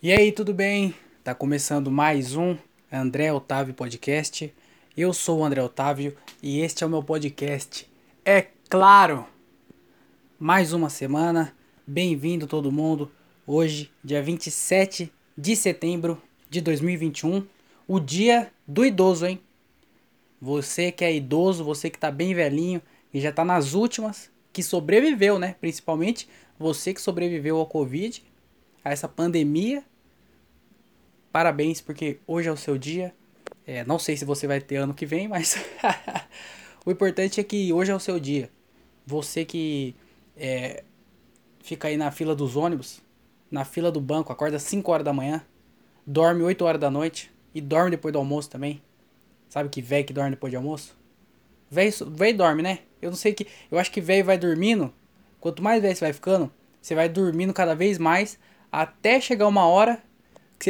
E aí, tudo bem? Tá começando mais um André Otávio Podcast. Eu sou o André Otávio e este é o meu podcast. É claro, mais uma semana. Bem-vindo todo mundo. Hoje, dia 27 de setembro de 2021, o dia do idoso, hein? Você que é idoso, você que tá bem velhinho e já tá nas últimas, que sobreviveu, né? Principalmente você que sobreviveu ao Covid, a essa pandemia. Parabéns, porque hoje é o seu dia. Não sei se você vai ter ano que vem, mas o importante é que hoje é o seu dia. Você que fica aí na fila dos ônibus, na fila do banco, acorda 5 horas da manhã, dorme 8 horas da noite e dorme depois do almoço também. Sabe que velho que dorme depois do almoço? Velho dorme, né? Eu não sei que. Eu acho que velho vai dormindo. Quanto mais velho você vai ficando, você vai dormindo cada vez mais até chegar uma hora que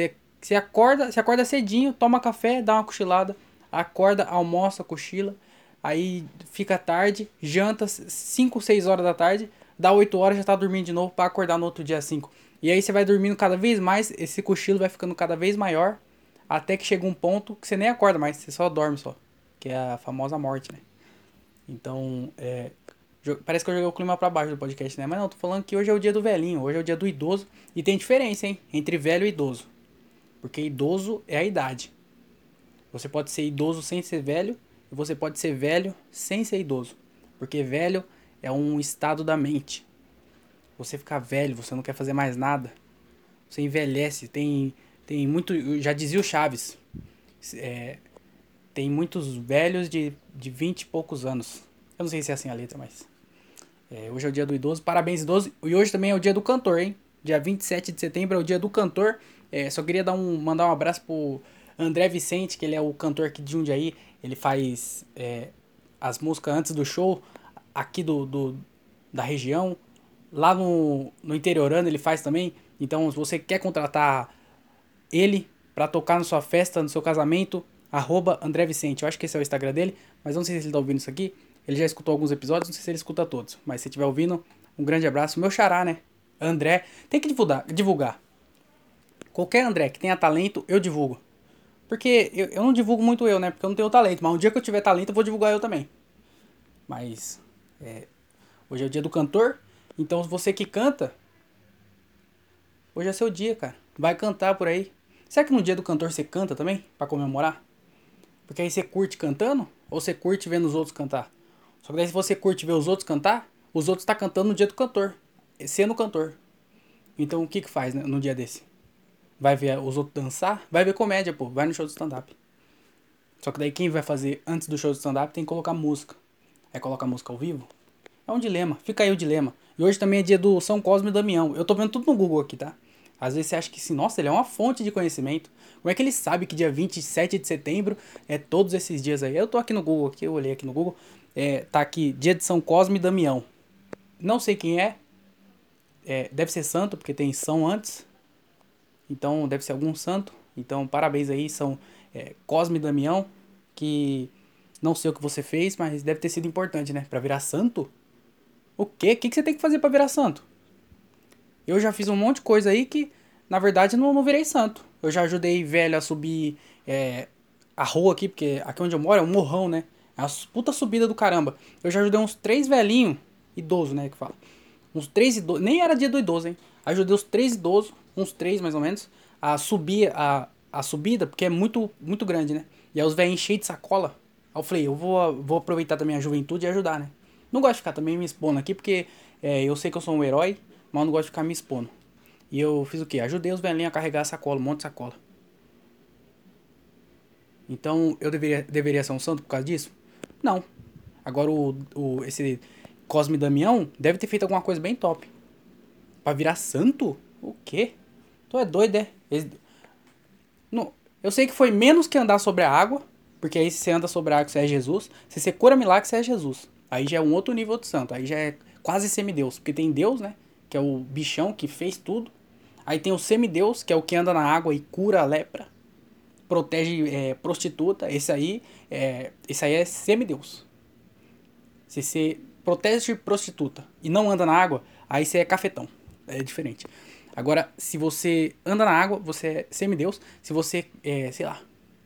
você acorda cedinho, toma café, dá uma cochilada, acorda, almoça, cochila, aí fica tarde, janta 5 6 horas da tarde, dá 8 horas já tá dormindo de novo para acordar no outro dia 5. E aí você vai dormindo cada vez mais, esse cochilo vai ficando cada vez maior, até que chega um ponto que você nem acorda mais, você só dorme só, que é a famosa morte, né? Então, parece que eu joguei o clima pra baixo do podcast, né? Mas não, tô falando que hoje é o dia do velhinho, hoje é o dia do idoso. E tem diferença, hein? Entre velho e idoso. Porque idoso é a idade. Você pode ser idoso sem ser velho. E você pode ser velho sem ser idoso. Porque velho é um estado da mente. Você fica velho, você não quer fazer mais nada. Você envelhece. Tem muito. Já dizia o Chaves. É, tem muitos velhos de 20 e poucos anos. Eu não sei se é assim a letra, mas. Hoje é o dia do idoso. Parabéns, idoso. E hoje também é o dia do cantor, hein? Dia 27 de setembro é o dia do cantor. Só queria mandar um abraço pro André Vicente, que ele é o cantor aqui de Jundiaí. Ele faz as músicas antes do show aqui da região. Lá no interiorano ele faz também. Então, se você quer contratar ele pra tocar na sua festa, no seu casamento, André Vicente. Eu acho que esse é o Instagram dele, mas não sei se ele tá ouvindo isso aqui. Ele já escutou alguns episódios, não sei se ele escuta todos. Mas se estiver ouvindo, um grande abraço. Meu xará, né? André. Tem que divulgar. Qualquer André que tenha talento, eu divulgo. Porque eu não divulgo muito eu, né? Porque eu não tenho talento. Mas um dia que eu tiver talento, eu vou divulgar eu também. Mas hoje é o dia do cantor. Então, se você que canta, hoje é seu dia, cara. Vai cantar por aí. Será que no dia do cantor você canta também? Pra comemorar? Porque aí você curte cantando ou você curte vendo os outros cantar? Só que daí se você curte ver os outros cantar, os outros tá cantando no dia do cantor, sendo cantor. Então o que que faz, né, no dia desse? Vai ver os outros dançar? Vai ver comédia, pô. Vai no show de stand-up. Só que daí quem vai fazer antes do show de stand-up tem que colocar música. Aí coloca música ao vivo? É um dilema. Fica aí o dilema. E hoje também é dia do São Cosme e Damião. Eu tô vendo tudo no Google aqui, tá? Às vezes você acha que assim, nossa, ele é uma fonte de conhecimento. Como é que ele sabe que dia 27 de setembro é todos esses dias aí? Eu tô aqui no Google, aqui, eu olhei aqui no Google. Tá aqui, dia de São Cosme e Damião. Não sei quem é. Deve ser santo, porque tem São antes. Então deve ser algum santo. Então parabéns aí, São Cosme e Damião. Que não sei o que você fez, mas deve ter sido importante, né? Pra virar santo? O quê? O que você tem que fazer pra virar santo? Eu já fiz um monte de coisa aí que, na verdade, não virei santo. Eu já ajudei velho a subir a rua aqui, porque aqui onde eu moro é um morrão, né? É uma puta subida do caramba. Eu já ajudei uns três velhinhos, idosos, né, que fala. Uns três idosos, nem era dia do idoso, hein? Ajudei os três idosos, uns três mais ou menos, a subir a subida, porque é muito, muito grande, né? E aí os velhinhos cheios de sacola. Aí eu falei, eu vou aproveitar também a juventude e ajudar, né? Não gosto de ficar também me expondo aqui, porque eu sei que eu sou um herói, mas eu não gosto de ficar me expondo. E eu fiz o quê? Ajudei os velhinhos a carregar a sacola, um monte de sacola. Então eu deveria ser um santo por causa disso? Não. Agora esse Cosme Damião deve ter feito alguma coisa bem top. Pra virar santo? O quê? Tu é doido, é? Não, eu sei que foi menos que andar sobre a água, porque aí se você anda sobre a água, você é Jesus. Se você cura milagre, você é Jesus. Aí já é um outro nível de santo. Aí já é quase semideus. Porque tem Deus, né? Que é o bichão que fez tudo. Aí tem o semideus, que é o que anda na água e cura a lepra. Protege prostituta. Esse aí é semideus. Se você protege prostituta e não anda na água, aí você é cafetão. É diferente. Agora, se você anda na água, você é semideus. Se você, sei lá,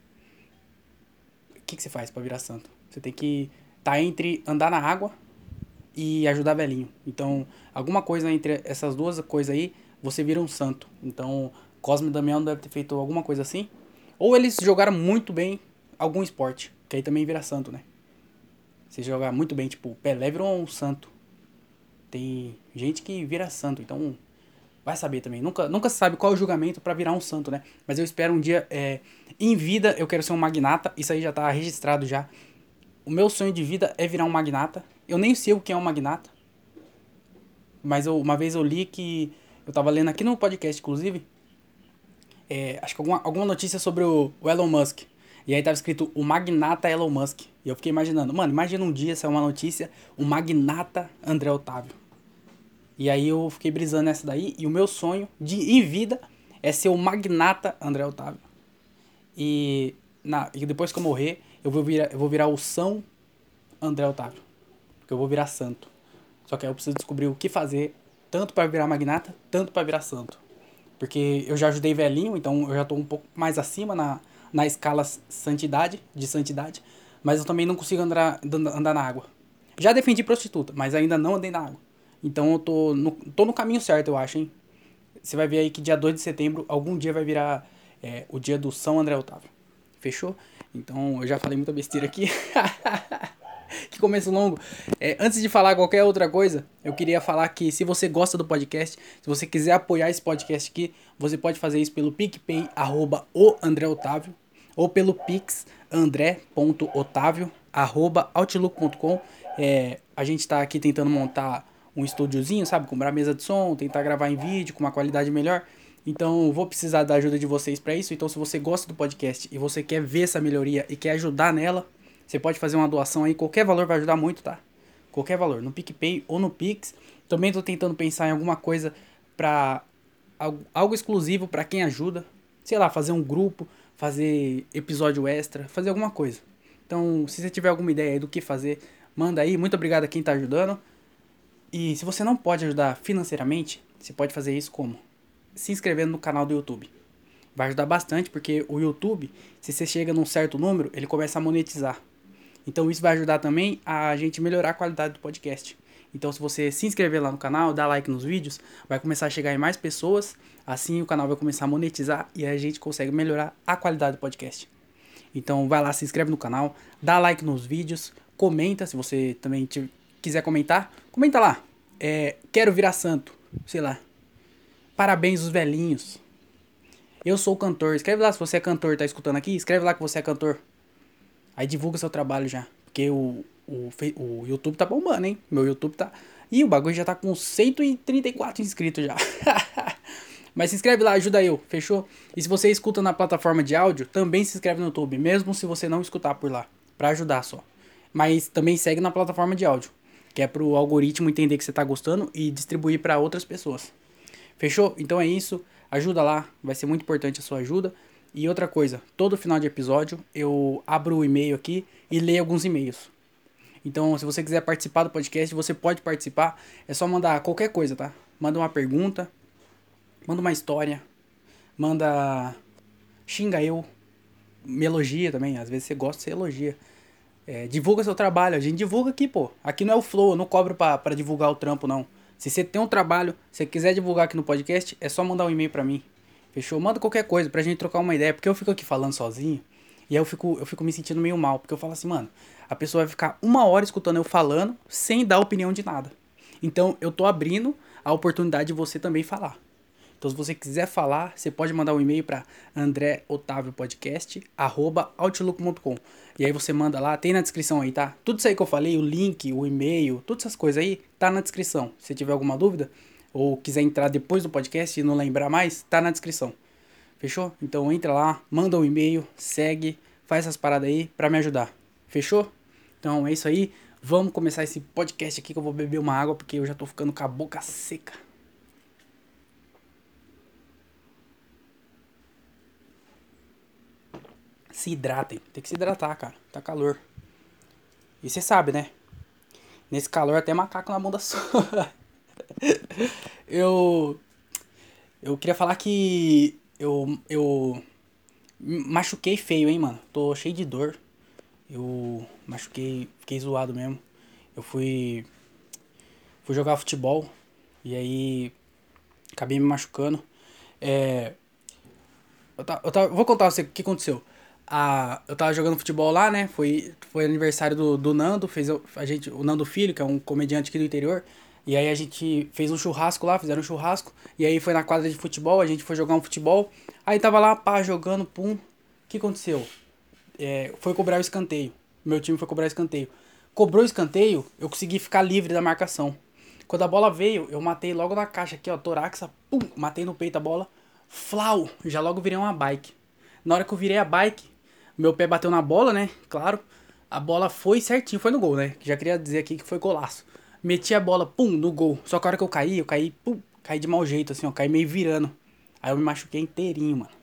o que você faz pra virar santo? Você tem que estar entre andar na água e ajudar velhinho. Então, alguma coisa entre essas duas coisas aí, você vira um santo. Então, Cosme e Damião deve ter feito alguma coisa assim. Ou eles jogaram muito bem algum esporte, que aí também vira santo, né? Se jogar muito bem, tipo, Pelé virou um santo. Tem gente que vira santo, então vai saber também. Nunca se sabe qual é o julgamento pra virar um santo, né? Mas eu espero um dia, em vida, eu quero ser um magnata. Isso aí já tá registrado já. O meu sonho de vida é virar um magnata. Eu nem sei o que é um magnata. Mas uma vez eu li que. Eu tava lendo aqui no podcast, inclusive. Acho que alguma notícia sobre o Elon Musk. E aí tava escrito o magnata Elon Musk. E eu fiquei imaginando, mano, imagina um dia sair uma notícia, o magnata André Otávio. E aí eu fiquei brisando nessa daí. E o meu sonho em vida é ser o magnata André Otávio. E depois que eu morrer, eu vou virar o São André Otávio. Porque eu vou virar santo. Só que aí eu preciso descobrir o que fazer, tanto para virar magnata, tanto para virar santo. Porque eu já ajudei velhinho, então eu já tô um pouco mais acima na escala de santidade. Mas eu também não consigo andar na água. Já defendi prostituta, mas ainda não andei na água. Então eu tô no caminho certo, eu acho, hein? Você vai ver aí que dia 2 de setembro, algum dia vai virar o dia do São André Otávio. Fechou? Então eu já falei muita besteira aqui. Que começo longo. Antes de falar qualquer outra coisa, eu queria falar que se você gosta do podcast, se você quiser apoiar esse podcast aqui, você pode fazer isso pelo PicPay, @o André Otávio, ou pelo Pix, andré.otávio, @outlook.com. A gente tá aqui tentando montar um estúdiozinho, sabe? Comprar mesa de som, tentar gravar em vídeo com uma qualidade melhor. Então, vou precisar da ajuda de vocês para isso. Então, se você gosta do podcast e você quer ver essa melhoria e quer ajudar nela, você pode fazer uma doação aí. Qualquer valor vai ajudar muito, tá? Qualquer valor, no PicPay ou no Pix. Também tô tentando pensar em alguma coisa pra algo exclusivo para quem ajuda. Sei lá, fazer um grupo, fazer episódio extra, fazer alguma coisa. Então, se você tiver alguma ideia aí do que fazer, manda aí. Muito obrigado a quem tá ajudando. E se você não pode ajudar financeiramente, você pode fazer isso como? Se inscrevendo no canal do YouTube. Vai ajudar bastante porque o YouTube, se você chega num certo número, ele começa a monetizar. Então isso vai ajudar também a gente melhorar a qualidade do podcast. Então se você se inscrever lá no canal, dar like nos vídeos, vai começar a chegar em mais pessoas, assim o canal vai começar a monetizar e a gente consegue melhorar a qualidade do podcast. Então vai lá, se inscreve no canal, dá like nos vídeos, comenta se você também quiser comentar, comenta lá. Quero virar santo, sei lá. Parabéns os velhinhos. Eu sou cantor. Escreve lá se você é cantor, tá escutando aqui, escreve lá que você é cantor. Aí divulga seu trabalho já. Porque o YouTube tá bombando, hein? Meu YouTube tá. Ih, o bagulho já tá com 134 inscritos já. Mas se inscreve lá, ajuda eu, fechou? E se você escuta na plataforma de áudio, também se inscreve no YouTube, mesmo se você não escutar por lá. Pra ajudar só. Mas também segue na plataforma de áudio. Que é pro algoritmo entender que você tá gostando e distribuir para outras pessoas. Fechou? Então é isso. Ajuda lá, vai ser muito importante a sua ajuda. E outra coisa, todo final de episódio eu abro o e-mail aqui e leio alguns e-mails. Então, se você quiser participar do podcast, você pode participar. É só mandar qualquer coisa, tá? Manda uma pergunta, manda uma história, manda. Xinga eu, me elogia também. Às vezes você gosta, você elogia. Divulga seu trabalho, a gente divulga aqui, pô. Aqui não é o Flow, eu não cobro pra divulgar o trampo, não. Se você tem um trabalho, se você quiser divulgar aqui no podcast, é só mandar um e-mail pra mim. Fechou? Manda qualquer coisa pra gente trocar uma ideia, porque eu fico aqui falando sozinho e aí eu fico me sentindo meio mal, porque eu falo assim, mano, a pessoa vai ficar 1 hora escutando eu falando sem dar opinião de nada. Então eu tô abrindo a oportunidade de você também falar. Então, se você quiser falar, você pode mandar um e-mail para andreotaviopodcast@outlook.com. E aí você manda lá, tem na descrição aí, tá? Tudo isso aí que eu falei, o link, o e-mail, todas essas coisas aí, tá na descrição. Se tiver alguma dúvida ou quiser entrar depois do podcast e não lembrar mais, tá na descrição. Fechou? Então entra lá, manda um e-mail, segue, faz essas paradas aí pra me ajudar. Fechou? Então é isso aí. Vamos começar esse podcast aqui que eu vou beber uma água porque eu já tô ficando com a boca seca. Se hidratem. Tem que se hidratar, cara. Tá calor. E você sabe, né? Nesse calor até macaco na bunda sua. eu Eu queria falar que eu machuquei feio, hein, mano. Tô cheio de dor. Eu machuquei, fiquei zoado mesmo. Eu fui jogar futebol e aí acabei me machucando. É, vou contar pra você o que aconteceu. Eu tava jogando futebol lá, né? Foi aniversário do Nando, o Nando Filho, que é um comediante aqui do interior. E aí a gente fez um churrasco lá, fizeram um churrasco. E aí foi na quadra de futebol, a gente foi jogar um futebol. Aí tava lá, pá, jogando, pum. O que aconteceu? Foi cobrar o escanteio. Meu time foi cobrar o escanteio. Cobrou o escanteio, eu consegui ficar livre da marcação. Quando a bola veio, eu matei logo na caixa aqui, ó, toraxa, pum, matei no peito a bola. Flau, já logo virei uma bike. Na hora que eu virei a bike, meu pé bateu na bola, né? Claro. A bola foi certinho, foi no gol, né? Já queria dizer aqui que foi golaço. Meti a bola, pum, no gol. Só que a hora que eu caí, pum, caí de mau jeito, assim, ó, caí meio virando. Aí eu me machuquei inteirinho, mano.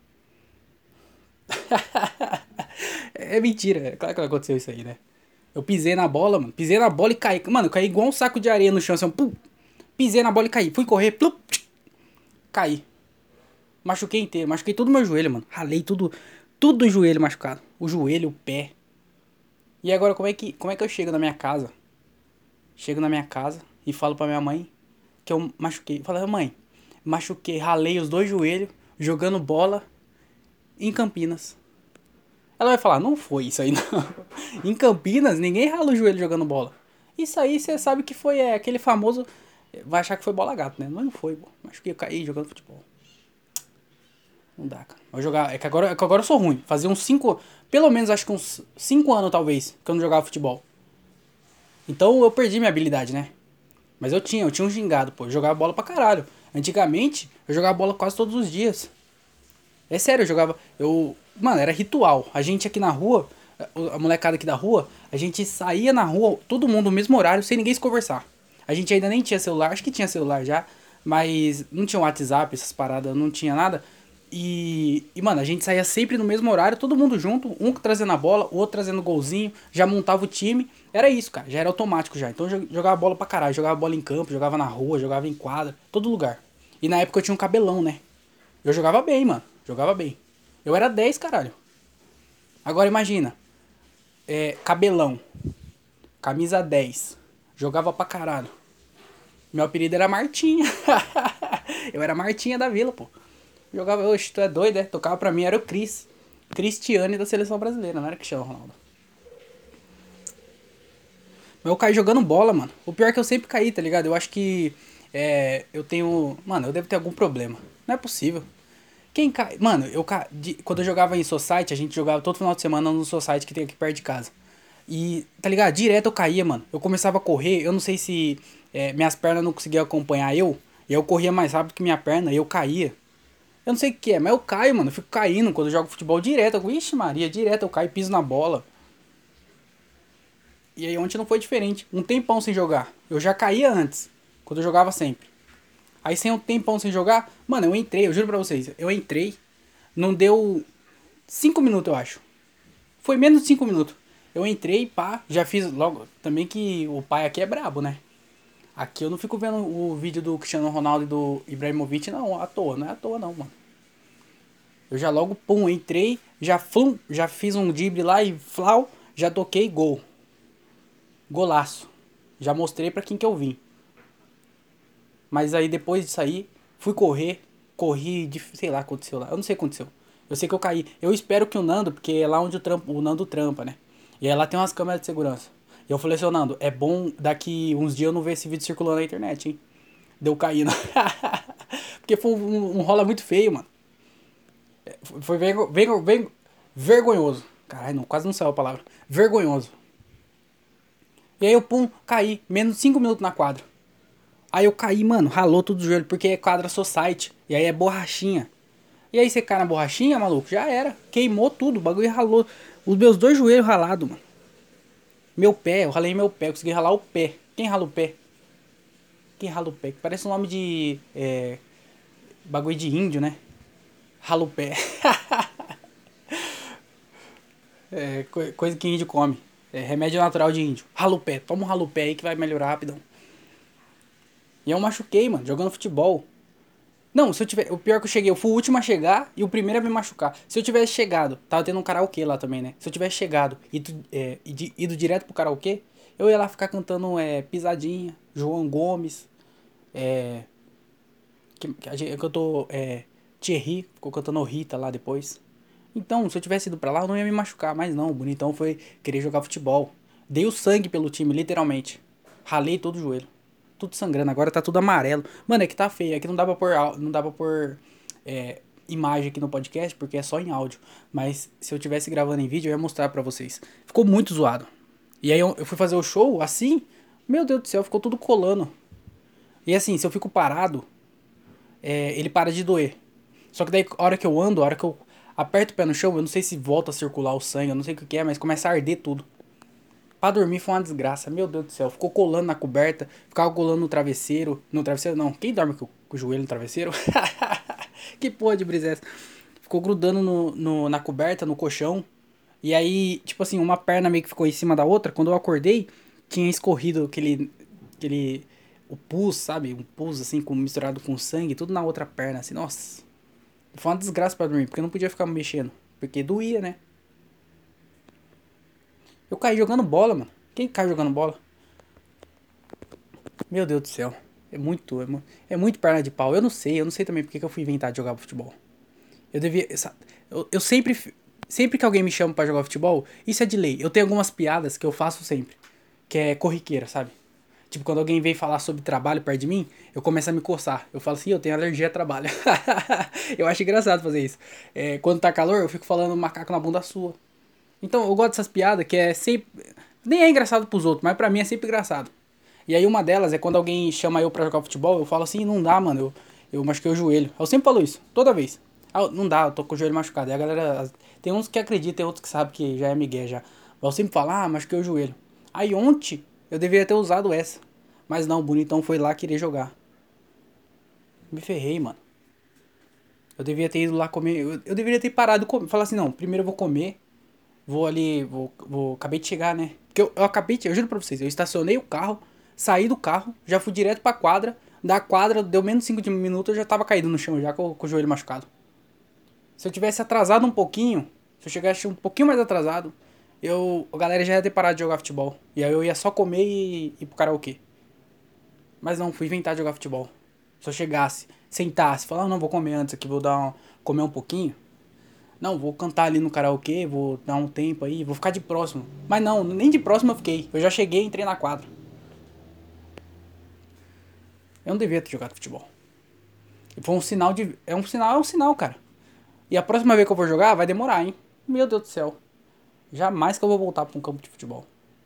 É mentira, é claro que não aconteceu isso aí, né? Eu pisei na bola, mano. Pisei na bola e caí. Mano, eu caí igual um saco de areia no chão, assim, pum. Pisei na bola e caí. Fui correr, plup, caí. Machuquei inteiro, machuquei todo o meu joelho, mano. Ralei tudo o joelho machucado. O joelho, o pé. E agora como é que eu chego na minha casa? Chego na minha casa e falo pra minha mãe que eu machuquei. Falo, mãe, machuquei, ralei os dois joelhos jogando bola em Campinas. Ela vai falar, não foi isso aí não. Em Campinas, ninguém rala o joelho jogando bola. Isso aí você sabe que foi aquele famoso. Vai achar que foi bola gato, né? Mas não foi, pô. Machuquei, eu caí jogando futebol. Não dá, cara. Vou jogar. É que agora eu sou ruim. Fazia uns 5. Pelo menos acho que uns 5 anos, talvez, que eu não jogava futebol. Então eu perdi minha habilidade, né? Mas eu tinha um gingado, pô. Eu jogava bola pra caralho. Antigamente, eu jogava bola quase todos os dias. É sério, eu jogava. Mano, era ritual. A gente aqui na rua, a molecada aqui da rua, a gente saía na rua, todo mundo no mesmo horário, sem ninguém se conversar. A gente ainda nem tinha celular, acho que tinha celular já, mas não tinha WhatsApp, essas paradas, não tinha nada. Mano, a gente saía sempre no mesmo horário, todo mundo junto, um trazendo a bola, o outro trazendo o golzinho, já montava o time. Era isso, cara, já era automático já. Então eu jogava bola pra caralho, jogava bola em campo, jogava na rua, jogava em quadra, todo lugar. E na época eu tinha um cabelão, né? Eu jogava bem, mano. Jogava bem. Eu era 10, caralho. Agora imagina. Cabelão. Camisa 10. Jogava pra caralho. Meu apelido era Martinha. Eu era Martinha da Vila, pô. Jogava, oxe, tu é doido, é? Tocava pra mim, era o Cris. Cristiane da seleção brasileira, não era Cristiano Ronaldo. Mas eu caí jogando bola, mano. O pior é que eu sempre caí, tá ligado? Eu acho que eu tenho. Mano, eu devo ter algum problema. Não é possível. Quem cai. Mano, quando eu jogava em Society, a gente jogava todo final de semana no Society que tem aqui perto de casa. E, tá ligado? Direto eu caía, mano. Eu começava a correr, eu não sei se minhas pernas não conseguiam acompanhar eu. E eu corria mais rápido que minha perna e eu caía. Eu não sei o que é, mas eu caio, mano. Eu fico caindo quando eu jogo futebol direto. Ixi, Maria, direto eu caio e piso na bola. E aí ontem não foi diferente. Um tempão sem jogar. Eu já caía antes, quando eu jogava sempre. Aí sem um tempão sem jogar, mano, eu juro pra vocês, eu entrei, não deu 5 minutos, eu acho. Foi menos de 5 minutos. Eu entrei, pá, já fiz logo. Também que o pai aqui é brabo, né? Aqui eu não fico vendo o vídeo do Cristiano Ronaldo e do Ibrahimovic, não, à toa, não é à toa não, mano. Eu já logo, pum, entrei, já fiz um drible lá e flau, já toquei gol. Golaço. Já mostrei pra quem que eu vim. Mas aí depois disso aí, fui correr, corri, sei lá o que aconteceu lá. Eu não sei o que aconteceu. Eu sei que eu caí. Eu espero que o Nando, porque é lá onde o Nando trampa, né? E aí lá tem umas câmeras de segurança. E eu falei assim, ô Nando, é bom daqui uns dias eu não ver esse vídeo circulando na internet, hein? Deu caindo. Porque foi um rola muito feio, mano. Foi vergonhoso. Caralho, não, quase não saiu a palavra. Vergonhoso. E aí eu, pum, caí. Menos de 5 minutos na quadra. Aí eu caí, mano, ralou tudo o joelho, porque é quadra society. E aí é borrachinha. E aí você cai na borrachinha, maluco, já era. Queimou tudo, o bagulho ralou. Os meus dois joelhos ralados, mano. Meu pé, eu ralei meu pé, eu consegui ralar o pé. Quem rala o pé? Quem rala o pé? Parece um nome de. Bagulho de índio, né? Rala o pé. Coisa que índio come. É remédio natural de índio. Rala o pé, toma um ralo-pé aí que vai melhorar rapidão. E eu machuquei, mano, jogando futebol. Não, se eu tiver. O pior é que eu cheguei, eu fui o último a chegar e o primeiro a me machucar. Se eu tivesse chegado, tava tendo um karaokê lá também, né? Se eu tivesse chegado ido direto pro karaokê, eu ia lá ficar cantando Pisadinha, João Gomes, é. Que a gente cantou Thierry, ficou cantando Rita lá depois. Então, se eu tivesse ido pra lá, eu não ia me machucar, mas não, o bonitão foi querer jogar futebol. Dei o sangue pelo time, literalmente. Ralei todo o joelho. Tudo sangrando, agora tá tudo amarelo. Mano, é que tá feio, é que não dá pra pôr, não dá pra pôr imagem aqui no podcast, porque é só em áudio. Mas se eu tivesse gravando em vídeo, eu ia mostrar pra vocês. Ficou muito zoado. E aí eu fui fazer o show assim, meu Deus do céu, ficou tudo colando. E assim, se eu fico parado, ele para de doer. Só que daí, a hora que eu ando, a hora que eu aperto o pé no chão, eu não sei se volta a circular o sangue, eu não sei o que é, mas começa a arder tudo. Pra dormir foi uma desgraça, meu Deus do céu. Ficou colando na coberta, ficava colando no travesseiro. No travesseiro não, quem dorme com o joelho no travesseiro? Que porra de brisa é essa? Ficou grudando na coberta, no colchão. E aí, tipo assim, uma perna meio que ficou em cima da outra. Quando eu acordei, tinha escorrido aquele o pus, sabe? Um pus assim, misturado com sangue, tudo na outra perna, assim, nossa. Foi uma desgraça pra dormir, porque eu não podia ficar mexendo. Porque doía, né? Eu caí jogando bola, mano. Quem cai jogando bola? Meu Deus do céu. É muito perna de pau. Eu não sei também porque que eu fui inventar de jogar futebol. Eu devia. Eu sempre que alguém me chama pra jogar futebol, isso é de lei. Eu tenho algumas piadas que eu faço sempre. Que é corriqueira, sabe? Tipo, quando alguém vem falar sobre trabalho perto de mim, eu começo a me coçar. Eu falo assim, eu tenho alergia a trabalho. Eu acho engraçado fazer isso. Quando tá calor, eu fico falando macaco na bunda sua. Então, eu gosto dessas piadas que é sempre. Nem é engraçado pros outros, mas pra mim é sempre engraçado. E aí uma delas é quando alguém chama eu pra jogar futebol, eu falo assim, não dá, mano, eu machuquei o joelho. Eu sempre falo isso, toda vez. Ah, não dá, eu tô com o joelho machucado. E a galera, tem uns que acreditam, tem outros que sabem que já é migué já. Mas eu sempre falo, machuquei o joelho. Aí ontem, eu deveria ter usado essa. Mas não, o bonitão foi lá querer jogar. Me ferrei, mano. Eu devia ter ido lá comer, eu deveria ter parado de comer. Falar assim, não, primeiro eu vou comer, vou ali, acabei de chegar, né? Porque eu acabei de, eu juro pra vocês, eu estacionei o carro, saí do carro, já fui direto pra quadra. Da quadra, deu menos 5 minutos, eu já tava caído no chão, já com o joelho machucado. Se eu tivesse atrasado um pouquinho, se eu chegasse um pouquinho mais atrasado, a galera já ia ter parado de jogar futebol. E aí eu ia só comer e ir pro karaokê. Mas não, fui inventar de jogar futebol. Se eu chegasse, sentasse, falar, não, vou comer antes aqui, comer um pouquinho. Não, vou cantar ali no karaokê, vou dar um tempo aí, vou ficar de próximo. Mas não, nem de próximo eu fiquei. Eu já cheguei e entrei na quadra. Eu não devia ter jogado futebol. Foi um sinal de. É um sinal, cara. E a próxima vez que eu for jogar, vai demorar, hein? Meu Deus do céu. Jamais que eu vou voltar pra um campo de futebol.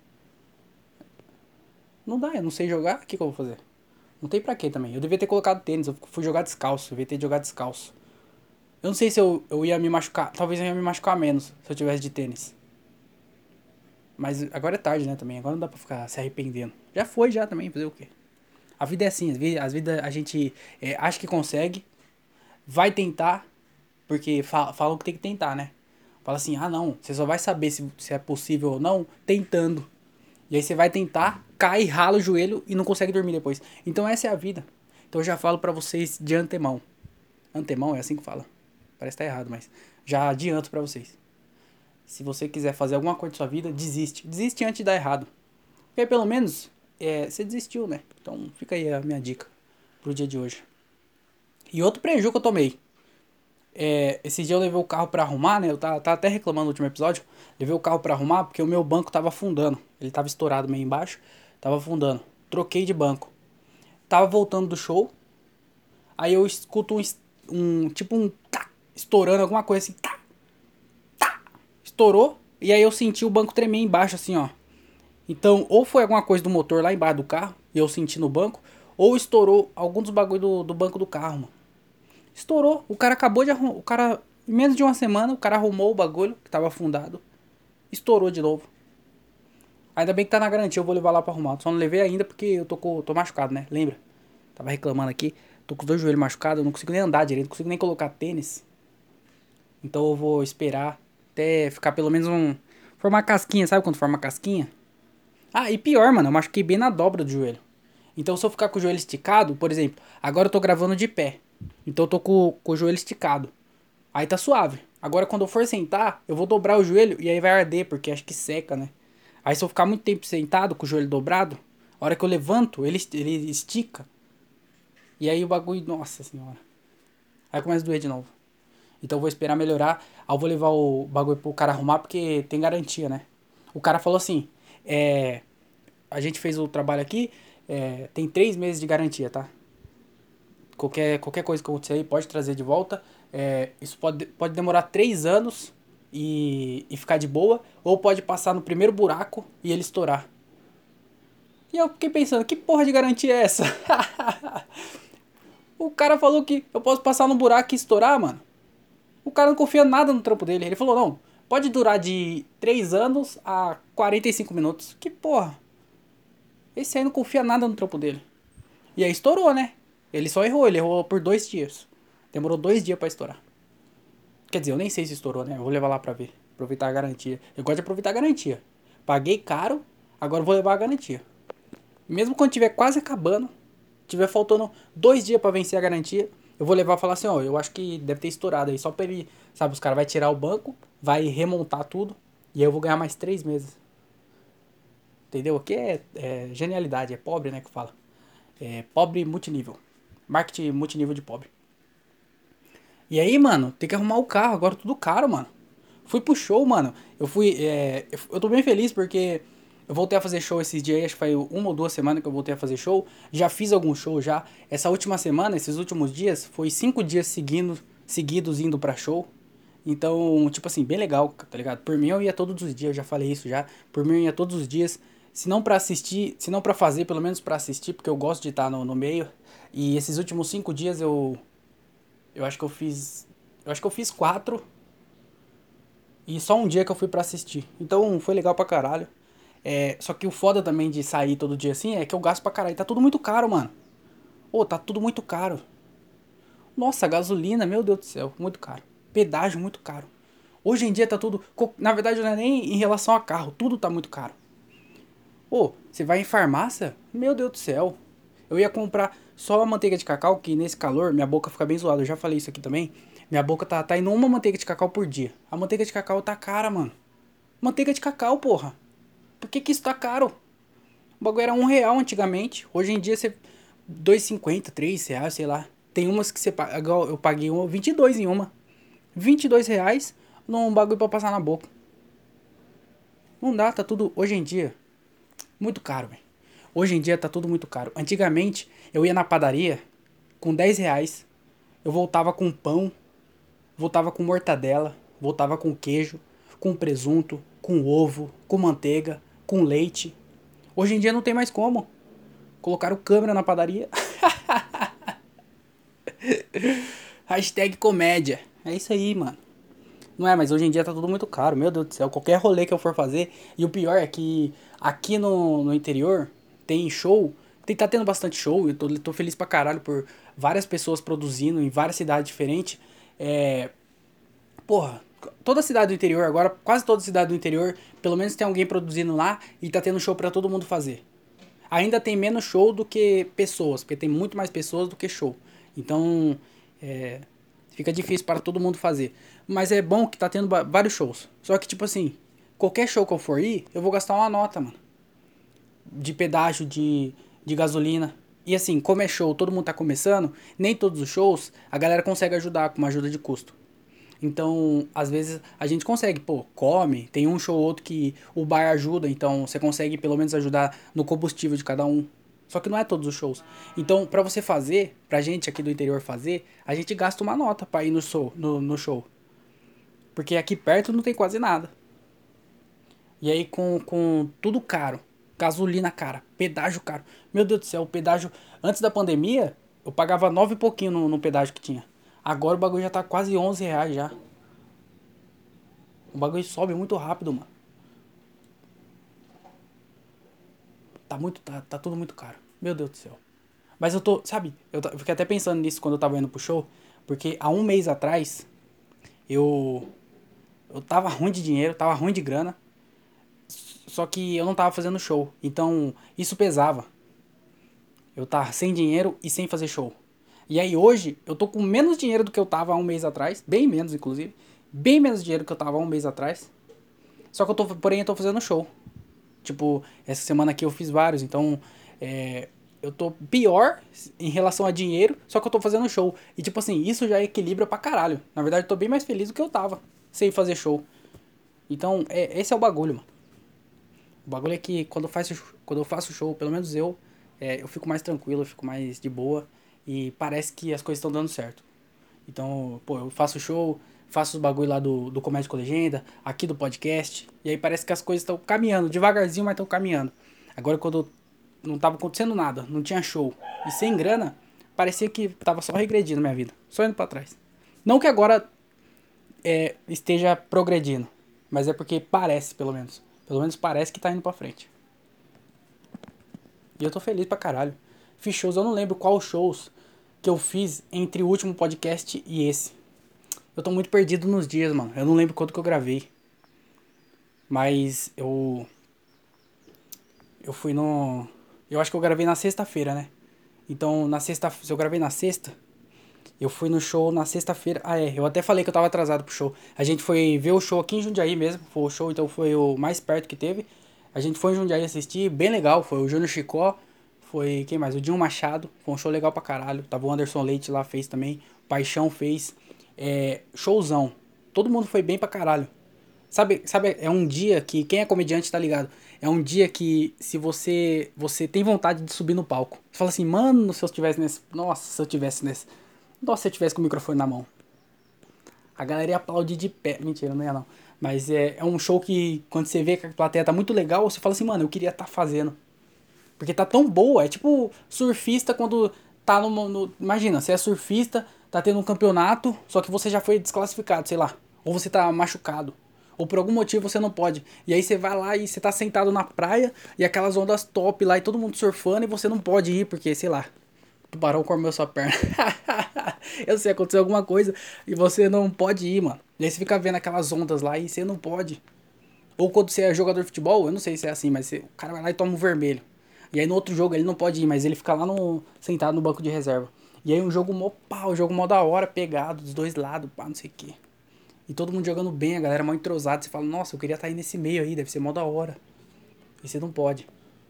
Não dá, eu não sei jogar, o que eu vou fazer? Não tem pra quê também. Eu devia ter colocado tênis, eu fui jogar descalço, eu devia ter jogado descalço. Eu não sei se eu ia me machucar, talvez eu ia me machucar menos se eu tivesse de tênis. Mas agora é tarde, né, também. Agora não dá pra ficar se arrependendo. Já foi, já também, fazer o quê? A vida é assim, às vezes a gente acha que consegue, vai tentar, porque falam que tem que tentar, né? Fala assim, não, você só vai saber se é possível ou não tentando. E aí você vai tentar, cai, rala o joelho e não consegue dormir depois. Então essa é a vida. Então eu já falo pra vocês de antemão. Antemão é assim que fala. Parece que tá errado, mas já adianto pra vocês. Se você quiser fazer alguma coisa da sua vida, desiste. Desiste antes de dar errado. Porque aí pelo menos você desistiu, né? Então fica aí a minha dica pro dia de hoje. E outro prejuízo que eu tomei. Esse dia eu levei o carro pra arrumar, né? Eu tava até reclamando no último episódio. Levei o carro pra arrumar porque o meu banco tava afundando. Ele tava estourado meio embaixo. Tava afundando. Troquei de banco. Tava voltando do show. Aí eu escuto tipo um tá, estourando alguma coisa assim. Tá, estourou. E aí eu senti o banco tremer embaixo assim, ó. Então, ou foi alguma coisa do motor lá embaixo do carro, e eu senti no banco, ou estourou algum dos bagulho do banco do carro, mano. Estourou. O cara acabou de arrumar. O cara, em menos de uma semana, o cara arrumou o bagulho que tava afundado. Estourou de novo. Ainda bem que tá na garantia, eu vou levar lá pra arrumar. Só não levei ainda porque eu tô machucado, né? Lembra? Tava reclamando aqui. Tô com os dois joelhos machucados, eu não consigo nem andar direito, não consigo nem colocar tênis. Então eu vou esperar até ficar pelo menos formar casquinha, sabe quando forma casquinha? E pior, mano, eu machuquei bem na dobra do joelho. Então se eu ficar com o joelho esticado, por exemplo, agora eu tô gravando de pé. Então eu tô com o joelho esticado. Aí tá suave. Agora quando eu for sentar, eu vou dobrar o joelho e aí vai arder, porque acho que seca, né? Aí se eu ficar muito tempo sentado com o joelho dobrado, a hora que eu levanto, ele estica. E aí o bagulho, nossa senhora. Aí começa a doer de novo. Então eu vou esperar melhorar. Aí eu vou levar o bagulho pro cara arrumar, porque tem garantia, né? O cara falou assim, a gente fez o trabalho aqui, tem 3 meses de garantia, tá? Qualquer coisa que acontecer aí, pode trazer de volta. Isso pode demorar 3 anos e ficar de boa, ou pode passar no primeiro buraco e ele estourar. E eu fiquei pensando, que porra de garantia é essa? O cara falou que eu posso passar no buraco e estourar, mano. O cara não confia nada no trampo dele. Ele falou, não, pode durar de 3 anos a 45 minutos. Que porra? Esse aí não confia nada no trampo dele. E aí estourou, né? Ele errou por 2 dias. Demorou 2 dias pra estourar. Quer dizer, eu nem sei se estourou, né? Eu vou levar lá pra ver. Aproveitar a garantia. Eu gosto de aproveitar a garantia. Paguei caro, agora eu vou levar a garantia. Mesmo quando tiver quase acabando, tiver faltando 2 dias pra vencer a garantia, eu vou levar e falar assim, ó, eu acho que deve ter estourado aí. Só pra ele, sabe, os caras vai tirar o banco, vai remontar tudo, e aí eu vou ganhar mais 3 meses. Entendeu? Aqui é genialidade, é pobre, né, que fala. É pobre multinível. Marketing multinível de pobre. E aí, mano, tem que arrumar o carro, agora tudo caro, mano. Fui pro show, mano. Eu tô bem feliz porque eu voltei a fazer show esses dias aí, acho que foi 1 ou 2 semanas que eu voltei a fazer show. Já fiz algum show já. Essa última semana, esses últimos dias, foi 5 dias seguidos indo pra show. Então, tipo assim, bem legal, tá ligado? Por mim eu ia todos os dias, eu já falei isso já. Por mim eu ia todos os dias. Se não pra assistir, se não pra fazer, pelo menos pra assistir, porque eu gosto de estar no meio. E esses últimos 5 dias eu acho que eu fiz. Eu acho que eu fiz quatro. E só um dia que eu fui pra assistir. Então foi legal pra caralho. Só que o foda também de sair todo dia assim é que eu gasto pra caralho. Tá tudo muito caro, mano. Ô, tá tudo muito caro. Nossa, gasolina, meu Deus do céu, muito caro. Pedágio, muito caro. Hoje em dia tá tudo. Na verdade, não é nem em relação a carro, tudo tá muito caro. Ô, você vai em farmácia? Meu Deus do céu. Eu ia comprar só a manteiga de cacau, que nesse calor minha boca fica bem zoada. Eu já falei isso aqui também. Minha boca tá indo uma manteiga de cacau por dia. A manteiga de cacau tá cara, mano. Manteiga de cacau, porra. Por que isso tá caro? O bagulho era R$ 1 antigamente. Hoje em dia você. 2,50, R$ 3, sei lá. Tem umas que você paga. Eu paguei 22 em uma. R$ 22 num bagulho pra passar na boca. Não dá, tá tudo. Hoje em dia. Muito caro, velho. Hoje em dia tá tudo muito caro. Antigamente, eu ia na padaria com R$ 10. Eu voltava com pão, voltava com mortadela, voltava com queijo, com presunto, com ovo, com manteiga, com leite. Hoje em dia não tem mais como. Colocaram câmera na padaria. Hashtag comédia. É isso aí, mano. Não é, mas hoje em dia tá tudo muito caro, meu Deus do céu. Qualquer rolê que eu for fazer. E o pior é que aqui no interior tem show. Tá tendo bastante show. Eu tô feliz pra caralho por várias pessoas produzindo em várias cidades diferentes. Porra, toda cidade do interior agora, quase toda cidade do interior, pelo menos tem alguém produzindo lá e tá tendo show pra todo mundo fazer. Ainda tem menos show do que pessoas, porque tem muito mais pessoas do que show. Então, fica difícil para todo mundo fazer. Mas é bom que tá tendo vários shows. Só que, tipo assim, qualquer show que eu for ir, eu vou gastar uma nota, mano. De pedágio, de gasolina. E assim, como é show, todo mundo tá começando, nem todos os shows a galera consegue ajudar com uma ajuda de custo. Então, às vezes a gente consegue, pô, come, tem um show ou outro que o bar ajuda, então você consegue pelo menos ajudar no combustível de cada um. Só que não é todos os shows. Então, pra você fazer, pra gente aqui do interior fazer, a gente gasta uma nota pra ir no show. Porque aqui perto não tem quase nada. E aí com tudo caro, gasolina cara, pedágio caro. Meu Deus do céu, o pedágio, antes da pandemia, eu pagava 9 e pouquinho no pedágio que tinha. Agora o bagulho já tá quase R$ 11 já. O bagulho sobe muito rápido, mano. Tá tudo muito caro. Meu Deus do céu. Mas eu tô, sabe, eu fiquei até pensando nisso quando eu tava indo pro show. Porque há um mês atrás, eu, eu tava ruim de dinheiro, tava ruim de grana. Só que eu não tava fazendo show. Então, isso pesava. Eu tava sem dinheiro e sem fazer show. E aí hoje eu tô com menos dinheiro do que eu tava há um mês atrás, bem menos inclusive, bem menos dinheiro do que eu tava há um mês atrás. Só que porém eu tô fazendo show. Tipo, essa semana aqui eu fiz vários, então eu tô pior em relação a dinheiro, só que eu tô fazendo show. E tipo assim, isso já equilibra pra caralho. Na verdade, eu tô bem mais feliz do que eu tava sem fazer show. Então, esse é o bagulho, mano. O bagulho é que quando eu faço show, pelo menos eu fico mais tranquilo, eu fico mais de boa. E parece que as coisas estão dando certo. Então, pô, eu faço show, faço os bagulho lá do Comédia com Legenda, aqui do podcast. E aí parece que as coisas estão caminhando, devagarzinho, mas estão caminhando. Agora quando não tava acontecendo nada, não tinha show e sem grana, parecia que tava só regredindo minha vida, só indo pra trás. Não que agora esteja progredindo, mas é porque parece, pelo menos. Pelo menos parece que tá indo pra frente. E eu tô feliz pra caralho. Fiz shows, eu não lembro qual shows que eu fiz entre o último podcast e esse. Eu tô muito perdido nos dias, mano. Eu não lembro quanto que eu gravei. Mas eu fui no. Eu acho que eu gravei na sexta-feira, né? Então, na sexta. Se eu gravei na sexta, eu fui no show na sexta-feira. Ah, é. Eu até falei que eu tava atrasado pro show. A gente foi ver o show aqui em Jundiaí mesmo. Foi o show, então foi o mais perto que teve. A gente foi em Jundiaí assistir, bem legal. Foi o Júnior Chicó. Foi quem mais? O Dinho Machado. Foi um show legal pra caralho. Tava o Anderson Leite lá, fez também. O Paixão fez. Showzão. Todo mundo foi bem pra caralho. Sabe, é um dia que, quem é comediante tá ligado, é um dia que se você tem vontade de subir no palco. Você fala assim, mano, se eu estivesse nesse, nossa, se eu tivesse nesse, nossa, se eu tivesse com o microfone na mão. A galera ia aplaudir de pé, mentira, não ia não. Mas é um show que, quando você vê que a plateia tá muito legal, você fala assim, mano, eu queria estar fazendo. Porque tá tão boa, é tipo surfista quando tá imagina, você é surfista, tá tendo um campeonato, só que você já foi desclassificado, sei lá. Ou você tá machucado. Ou por algum motivo você não pode. E aí você vai lá e você tá sentado na praia e aquelas ondas top lá e todo mundo surfando e você não pode ir porque, sei lá, o tubarão comeu sua perna. Eu sei, aconteceu alguma coisa e você não pode ir, mano. E aí você fica vendo aquelas ondas lá e você não pode. Ou quando você é jogador de futebol, eu não sei se é assim, mas o cara vai lá e toma um vermelho. E aí no outro jogo ele não pode ir, mas ele fica lá sentado no banco de reserva. E aí um jogo mó pau, um jogo mó da hora, pegado dos dois lados, pá, não sei o que. E todo mundo jogando bem, a galera mó entrosada. Você fala, nossa, eu queria estar aí nesse meio aí, deve ser mó da hora. E você não pode.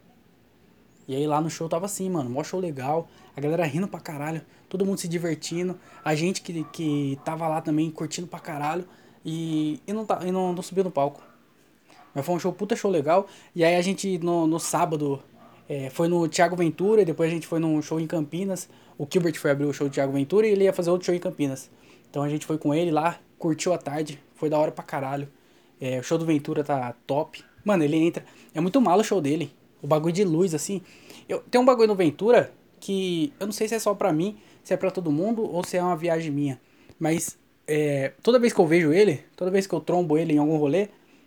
E aí lá no show tava assim, mano, mó show legal. A galera rindo pra caralho, todo mundo se divertindo. A gente que tava lá também curtindo pra caralho. E não subiu no palco. Mas foi um show, puta show legal. E aí a gente, no sábado, foi no Thiago Ventura. E depois a gente foi num show em Campinas. O Gilbert foi abrir o show do Thiago Ventura e ele ia fazer outro show em Campinas. Então a gente foi com ele lá, curtiu a tarde. Foi da hora pra caralho. O show do Ventura tá top. Mano, ele entra. É muito malo o show dele. O bagulho de luz, assim. Tem um bagulho no Ventura que eu não sei se é só pra mim, se é pra todo mundo ou se é uma viagem minha. Mas toda vez que eu vejo ele, toda vez que eu trombo ele em algum rolê,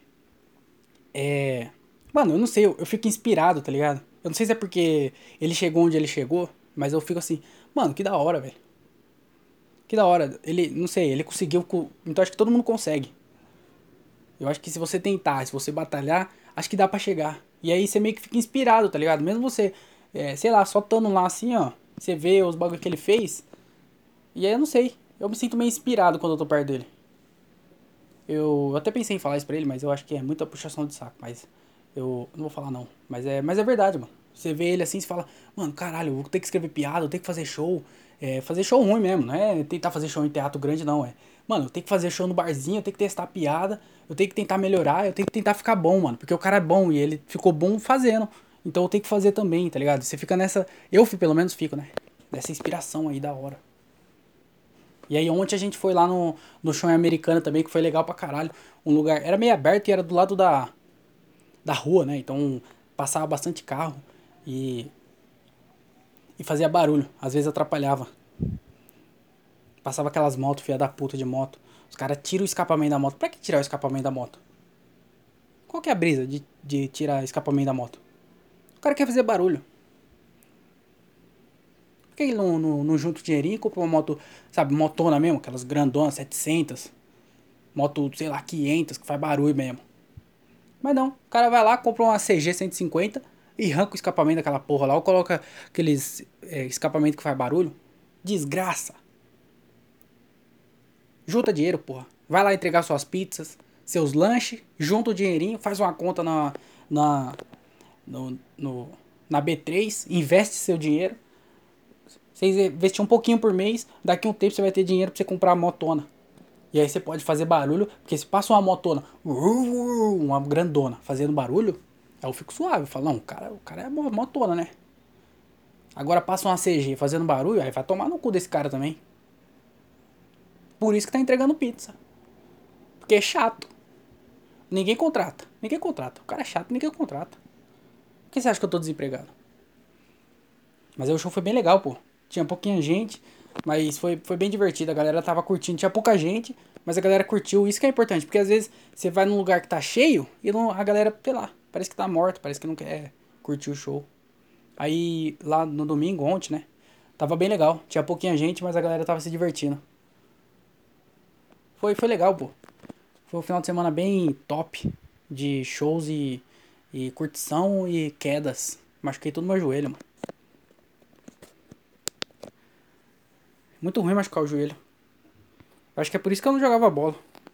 mano, eu não sei, eu fico inspirado, tá ligado? Eu não sei se é porque ele chegou onde ele chegou, mas eu fico assim, mano, que da hora, velho. Que da hora. Ele, não sei, ele conseguiu. Então acho que todo mundo consegue. Eu acho que se você tentar, se você batalhar, acho que dá pra chegar. E aí você meio que fica inspirado, tá ligado? Mesmo você, sei lá, só estando lá assim, ó. Você vê os bagulho que ele fez. E aí eu não sei. Eu me sinto meio inspirado quando eu tô perto dele. Eu até pensei em falar isso pra ele, mas eu acho que é muita puxação de saco. Mas eu não vou falar não. Mas é verdade, mano. Você vê ele assim e fala, mano, caralho, eu vou ter que escrever piada, eu tenho que fazer show. Fazer show ruim mesmo, não é tentar fazer show em teatro grande, não. Mano, eu tenho que fazer show no barzinho, eu tenho que testar piada, eu tenho que tentar melhorar, eu tenho que tentar ficar bom, mano. Porque o cara é bom e ele ficou bom fazendo. Então eu tenho que fazer também, tá ligado? Você fica nessa. Pelo menos fico, né? Nessa inspiração aí da hora. E aí ontem a gente foi lá no show em Americana também, que foi legal pra caralho. Um lugar, era meio aberto e era do lado da rua, né? Então passava bastante carro e, e fazia barulho. Às vezes atrapalhava. Passava aquelas motos, filha da puta de moto. Os caras tiram o escapamento da moto. Pra que tirar o escapamento da moto? Qual que é a brisa de tirar o escapamento da moto? O cara quer fazer barulho. Por que ele não junta o dinheirinho e compra uma moto, sabe, motona mesmo? Aquelas grandonas, 700. Moto, sei lá, 500, que faz barulho mesmo. Mas não, o cara vai lá, compra uma CG 150 e arranca o escapamento daquela porra lá, ou coloca aqueles escapamento que faz barulho. Desgraça. Junta dinheiro, porra. Vai lá entregar suas pizzas, seus lanches, junta o dinheirinho, faz uma conta na, no, no, na B3, investe seu dinheiro. Você investir um pouquinho por mês, daqui a um tempo você vai ter dinheiro pra você comprar a motona. E aí você pode fazer barulho, porque se passa uma motona, uma grandona, fazendo barulho, aí eu fico suave. Eu falo, não, o cara é motona, né? Agora passa uma CG fazendo barulho, aí vai tomar no cu desse cara também. Por isso que tá entregando pizza. Porque é chato. Ninguém contrata. Ninguém contrata. O cara é chato, ninguém contrata. Por que você acha que eu tô desempregado? Mas aí o show foi bem legal, pô. Tinha pouquinha gente, mas foi bem divertido. A galera tava curtindo. Tinha pouca gente, mas a galera curtiu. Isso que é importante, porque às vezes você vai num lugar que tá cheio e não, a galera, sei lá, parece que tá morta, parece que não quer curtir o show. Aí lá no domingo, ontem, né? Tava bem legal. Tinha pouquinha gente, mas a galera tava se divertindo. Foi legal, pô. Foi um final de semana bem top de shows e curtição e quedas. Machuquei todo meu joelho, mano. Muito ruim machucar o joelho. Eu acho que é por isso que eu não jogava bola.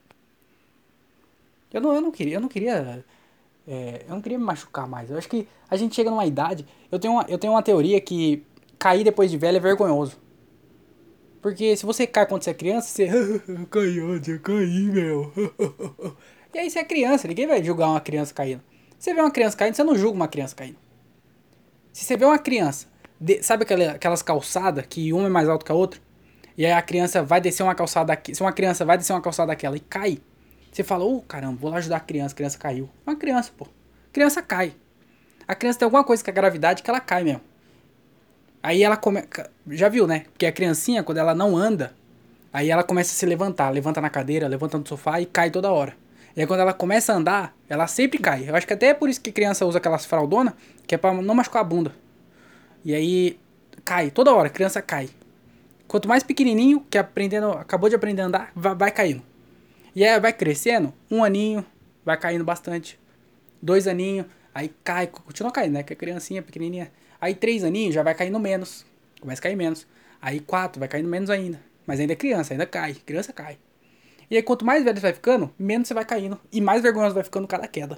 Eu não queria. Eu não queria me machucar mais. Eu acho que a gente chega numa idade. Eu tenho uma teoria que cair depois de velho é vergonhoso. Porque se você cai quando você é criança, você. Caí onde? Eu caí, meu. E aí você é criança, ninguém vai julgar uma criança caindo. Você vê uma criança caindo, você não julga uma criança caindo. Se você vê uma criança, sabe aquelas calçadas que uma é mais alta que a outra? E aí a criança vai descer uma calçada aqui. Se uma criança vai descer uma calçada daquela e cai, você fala, caramba, vou lá ajudar a criança caiu. Uma criança, pô. Criança cai. A criança tem alguma coisa com a gravidade que ela cai mesmo. Aí ela come. Já viu, né? Porque a criancinha, quando ela não anda, aí ela começa a se levantar. Levanta na cadeira, levanta no sofá e cai toda hora. E aí quando ela começa a andar, ela sempre cai. Eu acho que até é por isso que criança usa aquelas fraldonas, que é pra não machucar a bunda. E aí cai, toda hora, criança cai. Quanto mais pequenininho, que acabou de aprender a andar, vai caindo. E aí vai crescendo, 1 aninho, vai caindo bastante. 2 aninhos, aí cai, continua caindo, né? Que é criancinha pequenininha. Aí 3 aninhos já vai caindo menos, começa a cair menos. Aí 4 vai caindo menos ainda. Mas ainda é criança, ainda cai, criança cai. E aí quanto mais velho você vai ficando, menos você vai caindo. E mais vergonhoso vai ficando cada queda.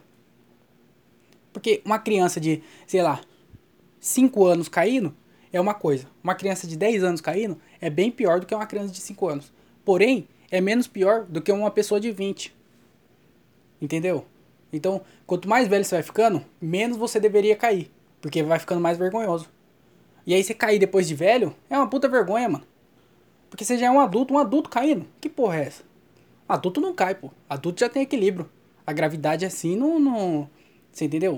Porque uma criança de, sei lá, 5 anos caindo é uma coisa. Uma criança de 10 anos caindo é bem pior do que uma criança de 5 anos. Porém, é menos pior do que uma pessoa de 20. Entendeu? Então, quanto mais velho você vai ficando, menos você deveria cair. Porque vai ficando mais vergonhoso. E aí você cair depois de velho, é uma puta vergonha, mano. Porque você já é um adulto caindo. Que porra é essa? Adulto não cai, pô. Adulto já tem equilíbrio. A gravidade assim não. Você entendeu?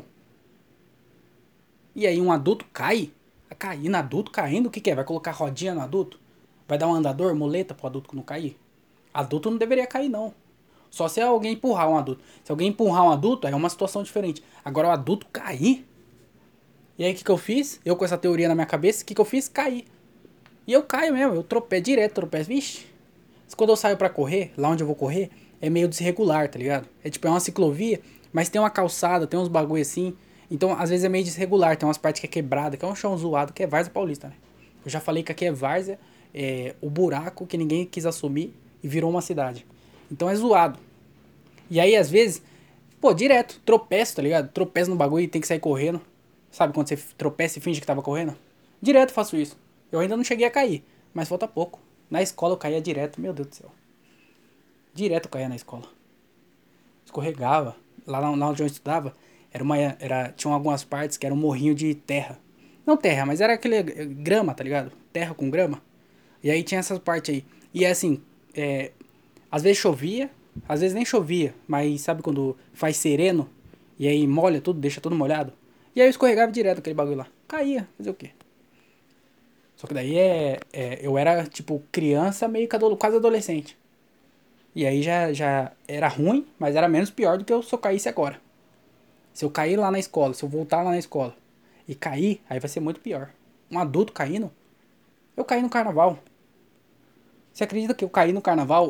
E aí um adulto cai? Cair no adulto caindo, o que é? Vai colocar rodinha no adulto? Vai dar um andador, muleta pro adulto não cair? Adulto não deveria cair, não. Só se alguém empurrar um adulto. Se alguém empurrar um adulto, aí é uma situação diferente. Agora o adulto cair? E aí o que eu fiz? Eu com essa teoria na minha cabeça, o que eu fiz? Caí. E eu caio mesmo, eu tropeço direto, tropeço. Vixe. Quando eu saio pra correr, lá onde eu vou correr, é meio desregular, tá ligado? É tipo, é uma ciclovia, mas tem uma calçada, tem uns bagulho assim. Então, às vezes é meio desregular, tem umas partes que é quebrada, que é um chão zoado, que é Várzea Paulista, né? Eu já falei que aqui é Várzea, é o buraco que ninguém quis assumir e virou uma cidade. Então é zoado. E aí, às vezes, pô, direto, tropeço, tá ligado? Tropeço no bagulho e tem que sair correndo. Sabe quando você tropeça e finge que tava correndo? Direto faço isso. Eu ainda não cheguei a cair, mas falta pouco. Na escola eu caía direto, meu Deus do céu. Direto eu caía na escola. Escorregava. Lá onde eu estudava, tinham algumas partes que era um morrinho de terra. Não terra, mas era aquele grama, tá ligado? Terra com grama. E aí tinha essas partes aí. E é assim, às vezes chovia, às vezes nem chovia, mas sabe quando faz sereno e aí molha tudo, deixa tudo molhado? E aí eu escorregava direto aquele bagulho lá. Caía, fazer o quê? Só que daí eu era tipo criança, meio que quase adolescente. E aí já era ruim, mas era menos pior do que se eu caísse agora. Se eu cair lá na escola, se eu voltar lá na escola e cair, aí vai ser muito pior. Um adulto caindo? Eu caí no carnaval. Você acredita que eu caí no carnaval?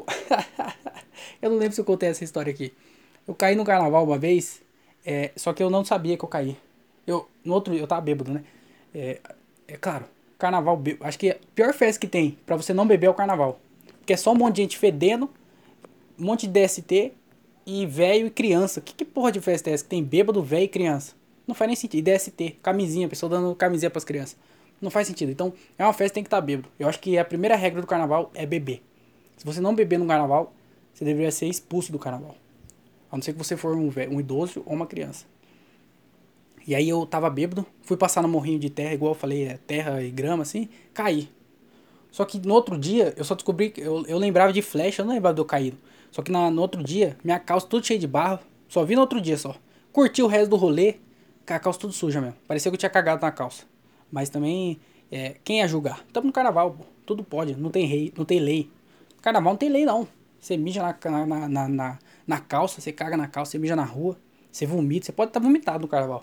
Eu não lembro se eu contei essa história aqui. Eu caí no carnaval uma vez, só que eu não sabia que eu caí. No outro, eu tava bêbado, né? É claro, Carnaval, acho que a pior festa que tem pra você não beber é o carnaval. Porque é só um monte de gente fedendo, um monte de DST e velho e criança. Que porra de festa é essa que tem bêbado, velho e criança? Não faz nem sentido. E DST, camisinha, pessoa dando camisinha pras crianças. Não faz sentido. Então, é uma festa que tem que estar bêbado. Eu acho que a primeira regra do carnaval é beber. Se você não beber no carnaval, você deveria ser expulso do carnaval. A não ser que você for um idoso ou uma criança. E aí eu tava bêbado, fui passar no morrinho de terra, igual eu falei, terra e grama, assim, caí. Só que no outro dia, eu só descobri que eu lembrava de flecha, eu não lembrava de eu caído. Só que no outro dia, minha calça tudo cheia de barro, só vi no outro dia só. Curti o resto do rolê, com a calça tudo suja mesmo. Parecia que eu tinha cagado na calça. Mas também, quem ia julgar? Tamo no carnaval, pô. Tudo pode, não tem rei, não tem lei. Carnaval não tem lei, não. Você mija na calça, você caga na calça, você mija na rua, você vomita, você pode estar vomitado no carnaval.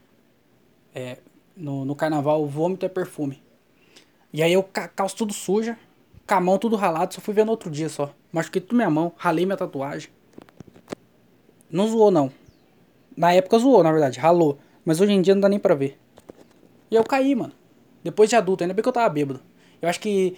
No carnaval, o vômito é perfume. E aí eu calço tudo suja, com a mão tudo ralado, só fui ver no outro dia só. Machuquei tudo minha mão, ralei minha tatuagem. Não zoou, não. Na época zoou, na verdade, ralou. Mas hoje em dia não dá nem pra ver. E eu caí, mano. Depois de adulto, ainda bem que eu tava bêbado. Eu acho que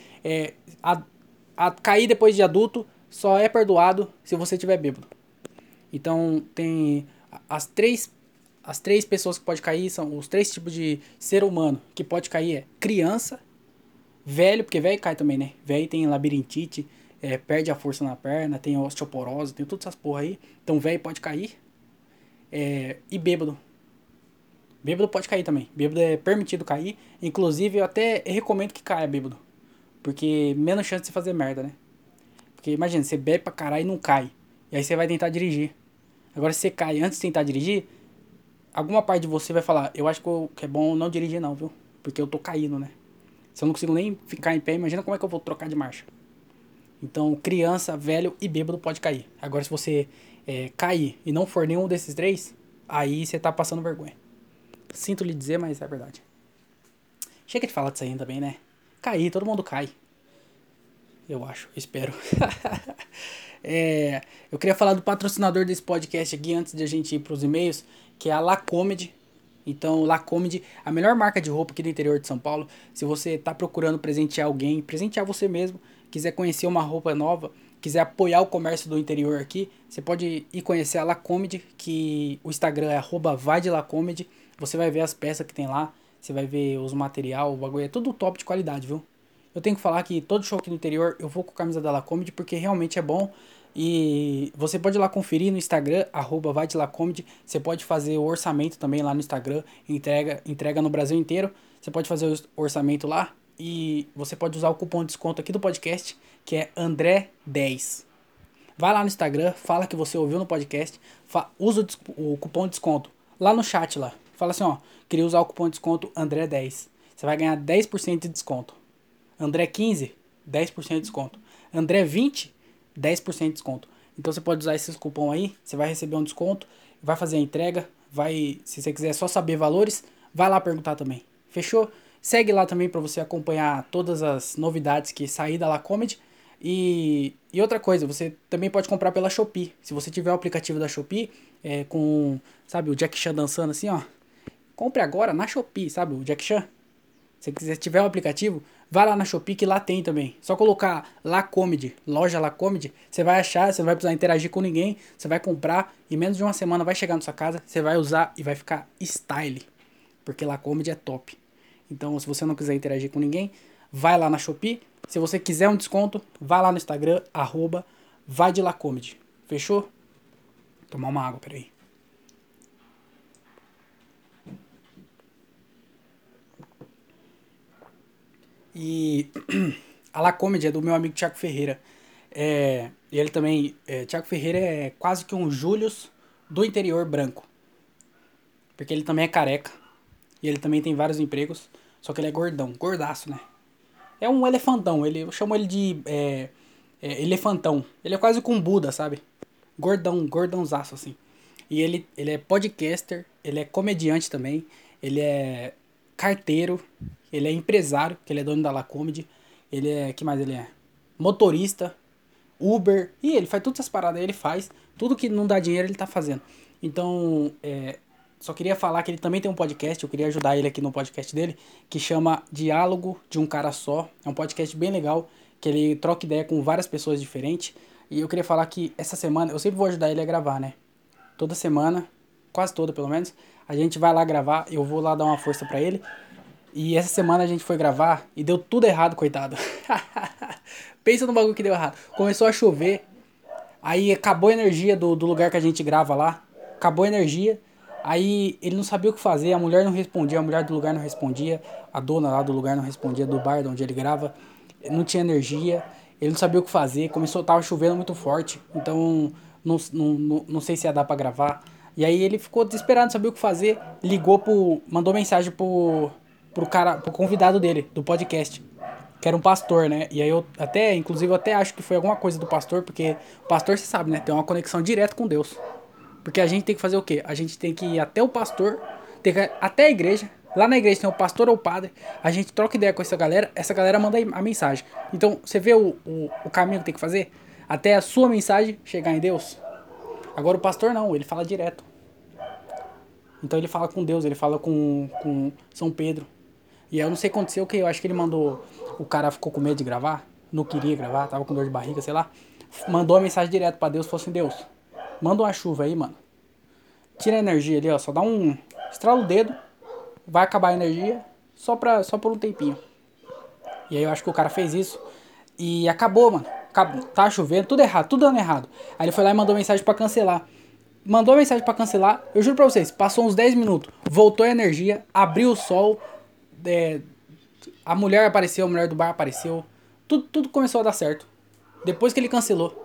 cair depois de adulto só é perdoado se você tiver bêbado. Então tem as três pessoas que pode cair, são os três tipos de ser humano que pode cair: é criança, velho, porque velho cai também, né? Velho tem labirintite, perde a força na perna, tem osteoporose, tem todas essas porra aí. Então velho pode cair. E bêbado. Bêbado pode cair também. Bêbado é permitido cair. Inclusive eu até recomendo que caia bêbado. Porque menos chance de você fazer merda, né? Porque imagina, você bebe pra caralho e não cai. E aí você vai tentar dirigir. Agora se você cai antes de tentar dirigir, alguma parte de você vai falar: eu acho que é bom não dirigir não, viu? Porque eu tô caindo, né? Se eu não consigo nem ficar em pé, imagina como é que eu vou trocar de marcha. Então, criança, velho e bêbado pode cair. Agora, se você cair e não for nenhum desses três, aí você tá passando vergonha. Sinto lhe dizer, mas é verdade. Chega de falar disso aí também, né? Cair, todo mundo cai. Eu acho, espero. Eu queria falar do patrocinador desse podcast aqui antes de a gente ir pros e-mails, que é a Lacomedy. Então, Lacomedy, a melhor marca de roupa aqui do interior de São Paulo. Se você tá procurando presentear alguém, presentear você mesmo, quiser conhecer uma roupa nova, quiser apoiar o comércio do interior aqui, você pode ir conhecer a Lacomedy, que o Instagram é @vaidelacomed. Você vai ver as peças que tem lá, você vai ver os material, o bagulho é tudo top de qualidade, viu? Eu tenho que falar que todo show aqui no interior eu vou com a camisa da Lacomedy porque realmente é bom. E você pode ir lá conferir no Instagram, @vaidelacomed. Você pode fazer o orçamento também lá no Instagram, entrega no Brasil inteiro. Você pode fazer o orçamento lá e você pode usar o cupom de desconto aqui do podcast, que é André10. Vai lá no Instagram, fala que você ouviu no podcast, usa o cupom de desconto lá no chat lá. Fala assim, ó, queria usar o cupom de desconto André10. Você vai ganhar 10% de desconto. André 15, 10% de desconto. André 20, 10% de desconto. Então você pode usar esses cupom aí, você vai receber um desconto, vai fazer a entrega, se você quiser só saber valores, vai lá perguntar também. Fechou? Segue lá também para você acompanhar todas as novidades que sair da Lacomedy. E outra coisa, você também pode comprar pela Shopee. Se você tiver o aplicativo da Shopee, com, sabe, o Jack Chan dançando assim, ó. Compre agora na Shopee, sabe, o Jack Chan. Se você tiver o aplicativo, vai lá na Shopee que lá tem também. Só colocar Lacomedy, loja Lacomedy, você vai achar, você não vai precisar interagir com ninguém, você vai comprar e menos de uma semana vai chegar na sua casa, você vai usar e vai ficar style. Porque Lacomedy é top. Então, se você não quiser interagir com ninguém, vai lá na Shopee. Se você quiser um desconto, vai lá no Instagram, @vaidelacomed. Fechou? Vou tomar uma água, peraí. E a Lacomedy é do meu amigo Thiago Ferreira. E ele também. Thiago Ferreira é quase que um Július do interior branco. Porque ele também é careca. E ele também tem vários empregos. Só que ele é gordão, gordaço, né? É um elefantão. Eu chamo ele de elefantão. Ele é quase com um Buda, sabe? Gordão, gordãozaço, assim. E ele é podcaster, ele é comediante também, ele é carteiro, ele é empresário, que ele é dono da Lacomedy, ele é, que mais ele é? Motorista, Uber, e ele faz todas essas paradas aí, ele faz, tudo que não dá dinheiro ele tá fazendo. Então, só queria falar que ele também tem um podcast, eu queria ajudar ele aqui no podcast dele, que chama Diálogo de um Cara Só. É um podcast bem legal, que ele troca ideia com várias pessoas diferentes. E eu queria falar que essa semana, eu sempre vou ajudar ele a gravar, né? Toda semana, quase toda pelo menos, a gente vai lá gravar, eu vou lá dar uma força pra ele. E essa semana a gente foi gravar e deu tudo errado, coitado. Pensa no bagulho que deu errado. Começou a chover, aí acabou a energia do lugar que a gente grava lá. Acabou a energia. Aí ele não sabia o que fazer, a mulher não respondia, a mulher do lugar não respondia, a dona lá do lugar não respondia, do bar onde ele grava. Não tinha energia, ele não sabia o que fazer, tava chovendo muito forte, então não sei se ia dar pra gravar. E aí ele ficou desesperado, não sabia o que fazer, mandou mensagem pro convidado dele, do podcast, que era um pastor, né? E aí inclusive eu até acho que foi alguma coisa do pastor, porque o pastor, você sabe, né? Tem uma conexão direta com Deus. Porque a gente tem que fazer o quê? A gente tem que ir até o pastor, tem que ir até a igreja. Lá na igreja tem o pastor ou o padre. A gente troca ideia com essa galera manda a mensagem. Então, você vê o caminho que tem que fazer? Até a sua mensagem chegar em Deus. Agora o pastor não, ele fala direto. Então ele fala com Deus, ele fala com São Pedro. E aí eu não sei o que aconteceu, que eu acho que ele mandou. O cara ficou com medo de gravar, não queria gravar, tava com dor de barriga, sei lá. Mandou a mensagem direto pra Deus, falou assim: Deus, manda uma chuva aí, mano. Tira a energia ali, ó. Só dá um. Estrala o dedo. Vai acabar a energia. Só por um tempinho. E aí eu acho que o cara fez isso. E acabou, mano. Tá chovendo, tudo errado, tudo dando errado. Aí ele foi lá e mandou mensagem pra cancelar. Mandou mensagem pra cancelar. Eu juro pra vocês, passou uns 10 minutos. Voltou a energia. Abriu o sol. É, a mulher apareceu, a mulher do bar apareceu. Tudo começou a dar certo. Depois que ele cancelou.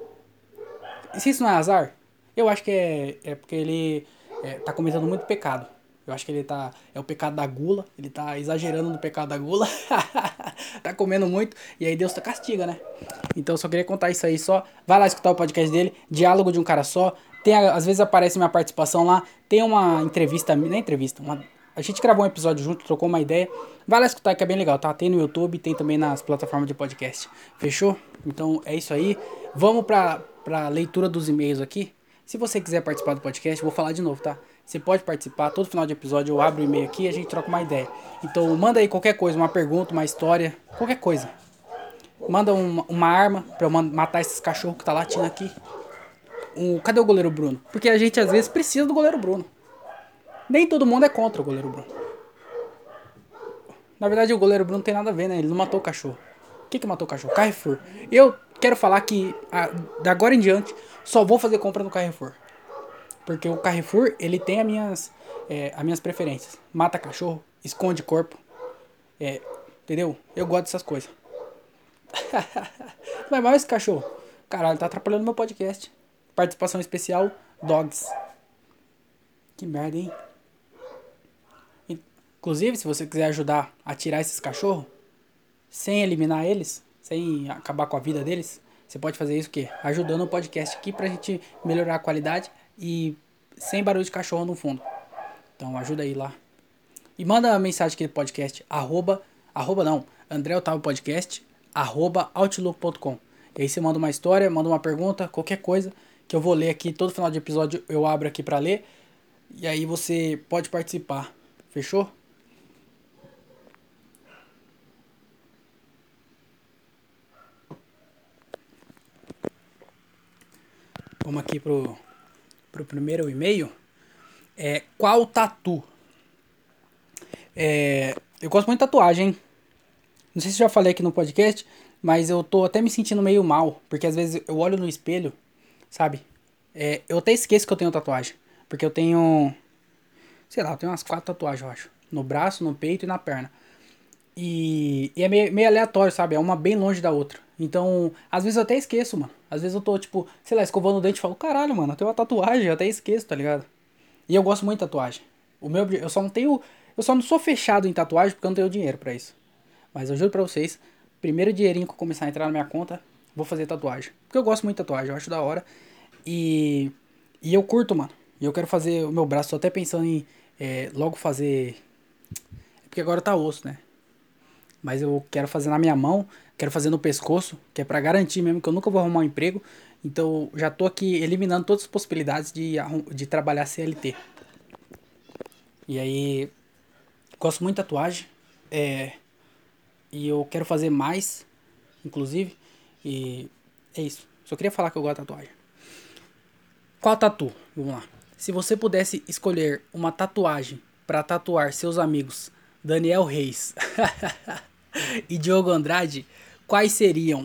E se isso não é azar? Eu acho que é porque ele tá cometendo muito pecado. Eu acho que ele tá. É o pecado da gula. Ele tá exagerando no pecado da gula. Tá comendo muito. E aí Deus tá castiga, né? Então eu só queria contar isso aí só. Vai lá escutar o podcast dele. Diálogo de um Cara Só. Às vezes aparece minha participação lá. Tem uma entrevista. Não é entrevista. A gente gravou um episódio junto, trocou uma ideia. Vai lá escutar que é bem legal, tá? Tem no YouTube, tem também nas plataformas de podcast. Fechou? Então é isso aí. Vamos pra leitura dos e-mails aqui. Se você quiser participar do podcast, vou falar de novo, tá? Você pode participar, todo final de episódio eu abro o e-mail aqui e a gente troca uma ideia. Então manda aí qualquer coisa, uma pergunta, uma história, qualquer coisa. Manda uma arma pra eu matar esses cachorros que tá latindo aqui. Cadê o goleiro Bruno? Porque a gente às vezes precisa do goleiro Bruno. Nem todo mundo é contra o goleiro Bruno. Na verdade o goleiro Bruno não tem nada a ver, né? Ele não matou o cachorro. O que matou o cachorro? Carrefour. Eu quero falar que da agora em diante só vou fazer compra no Carrefour. Porque o Carrefour, ele tem as minhas preferências. Mata cachorro, esconde corpo. Entendeu? Eu gosto dessas coisas. Mas mais esse cachorro. Caralho, tá atrapalhando meu podcast. Participação especial, Dogs. Que merda, hein? Inclusive, se você quiser ajudar a tirar esses cachorros, sem eliminar eles, sem acabar com a vida deles, você pode fazer isso o quê? Ajudando o podcast aqui pra gente melhorar a qualidade e sem barulho de cachorro no fundo. Então ajuda aí lá. E manda uma mensagem aqui no podcast, André Otávio Podcast, @outlook.com. E aí você manda uma história, manda uma pergunta, qualquer coisa, que eu vou ler aqui, todo final de episódio eu abro aqui pra ler. E aí você pode participar. Fechou? Vamos aqui pro primeiro e-mail. Qual tatu? Eu gosto muito de tatuagem, hein? Não sei se eu já falei aqui no podcast, mas eu tô até me sentindo meio mal, porque às vezes eu olho no espelho, sabe? Eu até esqueço que eu tenho tatuagem, porque eu tenho, sei lá, eu tenho umas 4 tatuagens, eu acho. No braço, no peito e na perna. E é meio aleatório, sabe? É uma bem longe da outra. Então, às vezes eu até esqueço, mano. Às vezes eu tô, tipo, sei lá, escovando o dente e falo, caralho, mano, eu tenho uma tatuagem, eu até esqueço, tá ligado? E eu gosto muito de tatuagem. Eu só não tenho. Eu só não sou fechado em tatuagem porque eu não tenho dinheiro pra isso. Mas eu juro pra vocês, primeiro dinheirinho que eu começar a entrar na minha conta, vou fazer tatuagem. Porque eu gosto muito de tatuagem, eu acho da hora. E eu curto, mano. E eu quero fazer o meu braço, tô até pensando em logo fazer. É porque agora tá osso, né? Mas eu quero fazer na minha mão, quero fazer no pescoço, que é pra garantir mesmo que eu nunca vou arrumar um emprego. Então já tô aqui eliminando todas as possibilidades de trabalhar CLT. E aí, gosto muito de tatuagem. É, e eu quero fazer mais, inclusive. E é isso. Só queria falar que eu gosto de tatuagem. Qual tatu? Vamos lá. Se você pudesse escolher uma tatuagem para tatuar seus amigos Daniel Reis e Diogo Andrade, quais seriam?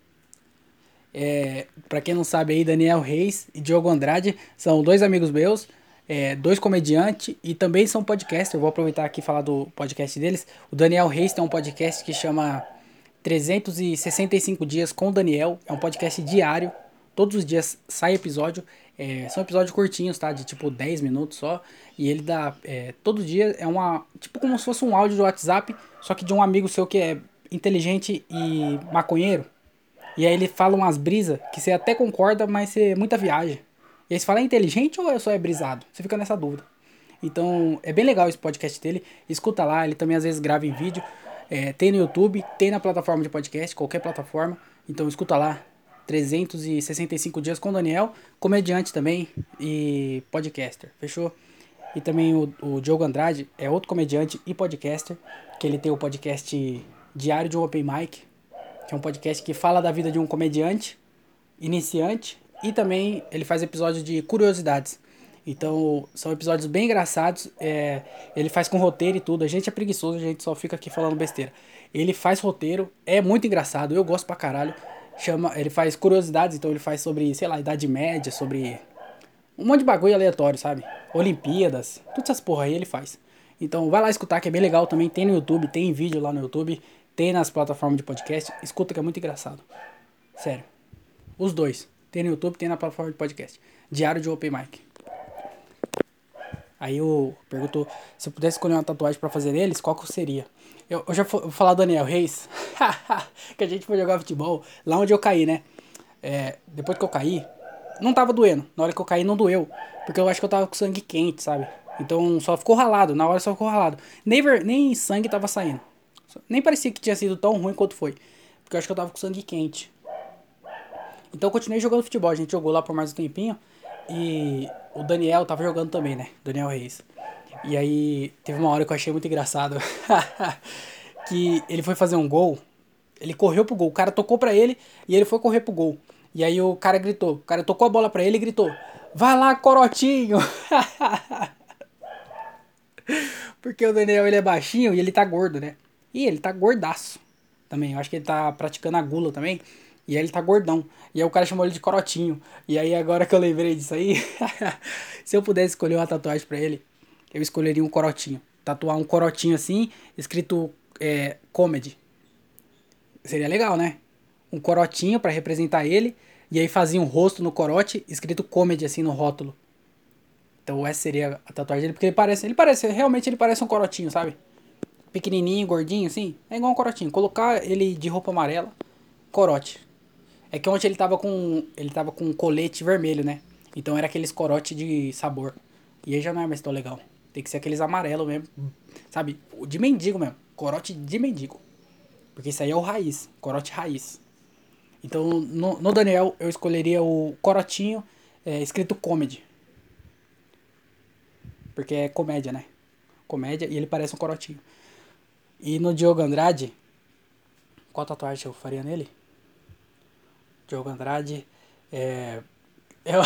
Para quem não sabe aí, Daniel Reis e Diogo Andrade são dois amigos meus, dois comediantes e também são podcasters. Eu vou aproveitar aqui e falar do podcast deles. O Daniel Reis tem um podcast que chama 365 Dias com o Daniel. É um podcast diário. Todos os dias sai episódio. São episódios curtinhos, tá? De tipo 10 minutos só. E ele dá. Todo dia é uma. Tipo como se fosse um áudio do WhatsApp. Só que de um amigo seu que é inteligente e maconheiro. E aí ele fala umas brisas que você até concorda, mas é muita viagem. E aí você fala, é inteligente ou só é brisado? Você fica nessa dúvida. Então, é bem legal esse podcast dele. Escuta lá, ele também às vezes grava em vídeo. Tem no YouTube, tem na plataforma de podcast, qualquer plataforma. Então, escuta lá. 365 dias com o Daniel, comediante também e podcaster, fechou? E também o Diogo Andrade é outro comediante e podcaster, que ele tem o podcast Diário de um Open Mic, que é um podcast que fala da vida de um comediante iniciante e também ele faz episódios de curiosidades. Então, são episódios bem engraçados. Ele faz com roteiro e tudo. A gente é preguiçoso, a gente só fica aqui falando besteira. Ele faz roteiro, é muito engraçado, eu gosto pra caralho. Ele faz curiosidades, então ele faz sobre, sei lá, Idade Média, sobre um monte de bagulho aleatório, sabe? Olimpíadas, todas essas porra aí ele faz. Então vai lá escutar que é bem legal também. Tem no YouTube, tem vídeo lá no YouTube, tem nas plataformas de podcast. Escuta que é muito engraçado. Sério. Os dois. Tem no YouTube, tem na plataforma de podcast. Diário de Open Mic. Aí eu perguntou se eu pudesse escolher uma tatuagem pra fazer neles, qual que seria? Eu já vou falar do Daniel Reis, que a gente foi jogar futebol, lá onde eu caí, né? Depois que eu caí, não tava doendo. Na hora que eu caí, não doeu. Porque eu acho que eu tava com sangue quente, sabe? Então só ficou ralado. Na hora só ficou ralado. Nem sangue tava saindo. Nem parecia que tinha sido tão ruim quanto foi. Porque eu acho que eu tava com sangue quente. Então eu continuei jogando futebol. A gente jogou lá por mais um tempinho. E o Daniel tava jogando também, né? Daniel Reis. E aí teve uma hora que eu achei muito engraçado. Que ele foi fazer um gol. Ele correu pro gol. O cara tocou pra ele e ele foi correr pro gol. E aí o cara gritou. O cara tocou a bola pra ele e gritou: Vai lá, corotinho! Porque o Daniel ele é baixinho e ele tá gordo, né? E ele tá gordaço também. Eu acho que ele tá praticando a gula também. E aí ele tá gordão. E aí o cara chamou ele de corotinho. E aí agora que eu lembrei disso aí, se eu pudesse escolher uma tatuagem pra ele, eu escolheria um corotinho. Tatuar um corotinho assim, escrito comedy. Seria legal, né? Um corotinho pra representar ele. E aí fazia um rosto no corote, escrito comedy assim no rótulo. Então essa seria a tatuagem dele, porque realmente ele parece um corotinho, sabe? Pequenininho, gordinho, assim. É igual um corotinho. Colocar ele de roupa amarela, corote. É que ontem ele tava com um colete vermelho, né? Então era aqueles corote de sabor. E aí já não é mais tão legal. Tem que ser aqueles amarelos mesmo, sabe? De mendigo mesmo. Corote de mendigo. Porque isso aí é o raiz, corote raiz. Então no Daniel eu escolheria o corotinho escrito comedy. Porque é comédia, né? Comédia e ele parece um corotinho. E no Diogo Andrade, qual tatuagem eu faria nele? Diogo Andrade. Eu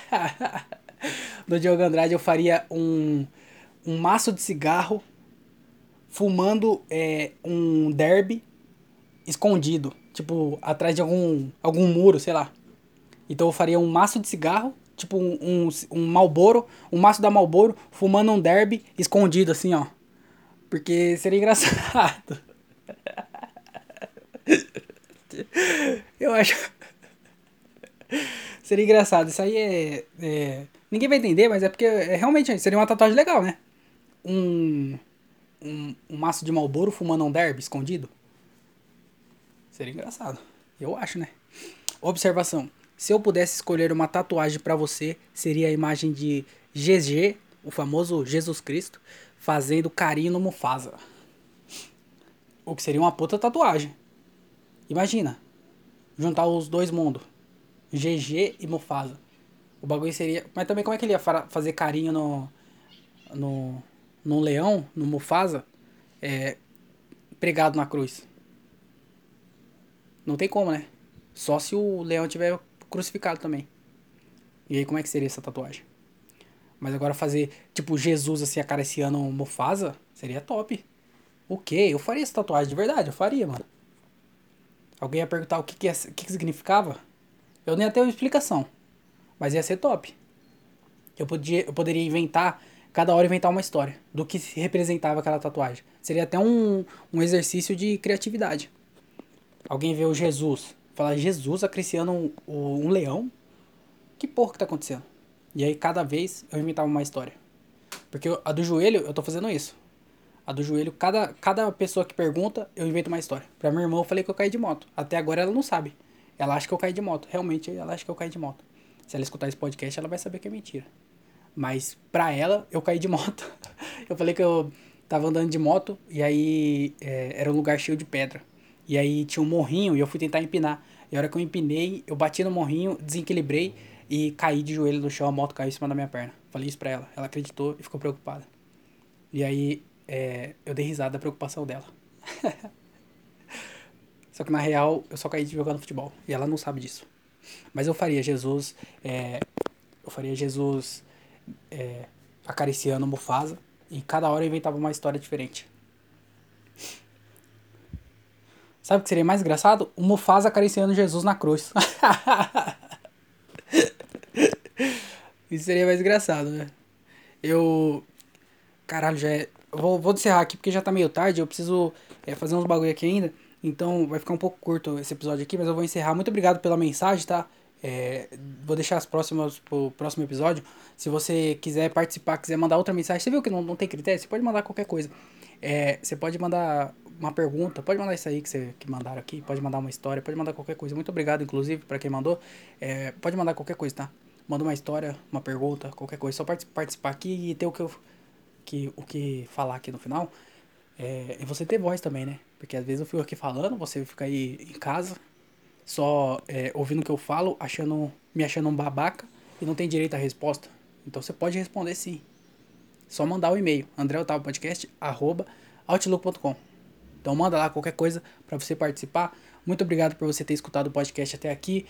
no Diogo Andrade eu faria um maço de cigarro fumando um derby escondido. Tipo, atrás de algum muro, sei lá. Então eu faria um maço de cigarro, tipo um Marlboro, um maço da Marlboro, fumando um derby escondido assim, ó. Porque seria engraçado. Eu acho. Seria engraçado. Isso aí ninguém vai entender, mas é porque realmente seria uma tatuagem legal, né? Um, um maço de Marlboro fumando um derby escondido. Seria engraçado. Eu acho, né? Observação. Se eu pudesse escolher uma tatuagem pra você, seria a imagem de GG, o famoso Jesus Cristo, fazendo carinho no Mufasa. O que seria uma puta tatuagem. Imagina. Juntar os dois mundos. GG e Mufasa. O bagulho seria. Mas também como é que ele ia fazer carinho no. num leão, no Mufasa, pregado na cruz? Não tem como, né? Só se o leão tiver crucificado também. E aí como é que seria essa tatuagem? Mas agora fazer, tipo, Jesus assim acariciando um Mufasa, seria top. O quê? Eu faria essa tatuagem de verdade, eu faria, mano. Alguém ia perguntar o que significava? Eu nem ia ter uma explicação. Mas ia ser top. Eu poderia inventar, cada hora inventar uma história do que representava aquela tatuagem. Seria até um exercício de criatividade. Alguém vê o Jesus, fala, Jesus acariciando um leão? Que porra que tá acontecendo? E aí cada vez eu inventava uma história. Porque a do joelho, eu tô fazendo isso. A do joelho, cada pessoa que pergunta, eu invento uma história. Pra minha irmã eu falei que eu caí de moto. Até agora ela não sabe. Ela acha que eu caí de moto. Realmente ela acha que eu caí de moto. Se ela escutar esse podcast, ela vai saber que é mentira. Mas pra ela, eu caí de moto. Eu falei que eu tava andando de moto e aí era um lugar cheio de pedra. E aí tinha um morrinho e eu fui tentar empinar. E a hora que eu empinei, eu bati no morrinho, desequilibrei e caí de joelho no chão, a moto caiu em cima da minha perna. Falei isso pra ela. Ela acreditou e ficou preocupada. E aí eu dei risada da preocupação dela. Só que na real, eu só caí jogando futebol. E ela não sabe disso. Mas eu faria Jesus. Eu faria Jesus acariciando o Mufasa. E cada hora eu inventava uma história diferente. Sabe o que seria mais engraçado? O Mufasa acariciando Jesus na cruz. Isso seria mais engraçado, né? Eu. Caralho, já é. Eu vou encerrar aqui porque já tá meio tarde. Eu preciso fazer uns bagulho aqui ainda. Então vai ficar um pouco curto esse episódio aqui, mas eu vou encerrar. Muito obrigado pela mensagem, tá? Vou deixar as próximas pro próximo episódio. Se você quiser participar, quiser mandar outra mensagem, você viu que não tem critério? Você pode mandar qualquer coisa. Você pode mandar uma pergunta, pode mandar isso aí que mandaram aqui, pode mandar uma história, pode mandar qualquer coisa. Muito obrigado, inclusive, pra quem mandou. Pode mandar qualquer coisa, tá? Manda uma história, uma pergunta, qualquer coisa. Só participar aqui e ter o que falar aqui no final. E você ter voz também, né? Porque às vezes eu fico aqui falando, você fica aí em casa, só ouvindo o que eu falo, me achando um babaca e não tem direito à resposta. Então você pode responder sim. Só mandar o e-mail, andreotavopodcast@outlook.com. Então manda lá qualquer coisa para você participar. Muito obrigado por você ter escutado o podcast até aqui.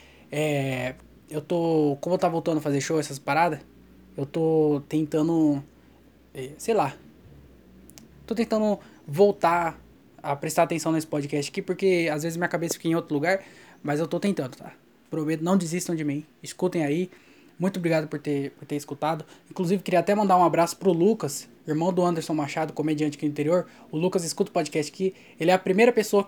Como eu tá voltando a fazer show, essas paradas, eu tô tentando, sei lá, tô tentando voltar a prestar atenção nesse podcast aqui, porque às vezes minha cabeça fica em outro lugar, mas eu tô tentando, tá? Prometo, não desistam de mim. Escutem aí. Muito obrigado por ter escutado. Inclusive, queria até mandar um abraço pro Lucas, irmão do Anderson Machado, comediante aqui no interior. O Lucas escuta o podcast aqui. Ele é a primeira pessoa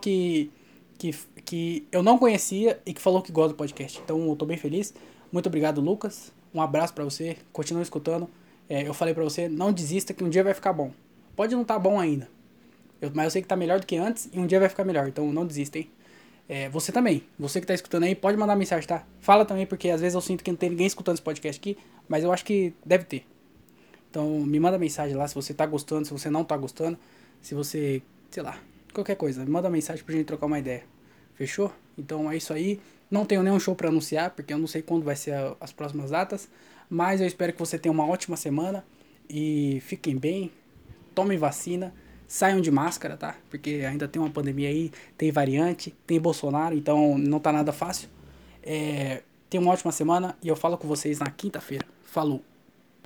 que eu não conhecia e que falou que gosta do podcast. Então, eu tô bem feliz. Muito obrigado, Lucas. Um abraço pra você. Continue escutando. Eu falei pra você, não desista que um dia vai ficar bom. Pode não estar bom ainda. Mas eu sei que tá melhor do que antes e um dia vai ficar melhor. Então, não desista, hein? Você também, você que tá escutando aí, pode mandar mensagem, tá? Fala também, porque às vezes eu sinto que não tem ninguém escutando esse podcast aqui, mas eu acho que deve ter. Então me manda mensagem lá se você tá gostando, se você não tá gostando, se você, sei lá, qualquer coisa. Me manda mensagem pra gente trocar uma ideia. Fechou? Então é isso aí. Não tenho nenhum show pra anunciar, porque eu não sei quando vai ser as próximas datas, mas eu espero que você tenha uma ótima semana e fiquem bem, tomem vacina. Saiam de máscara, tá? Porque ainda tem uma pandemia aí, tem variante, tem Bolsonaro, então não tá nada fácil. Tenham uma ótima semana e eu falo com vocês na quinta-feira. Falou!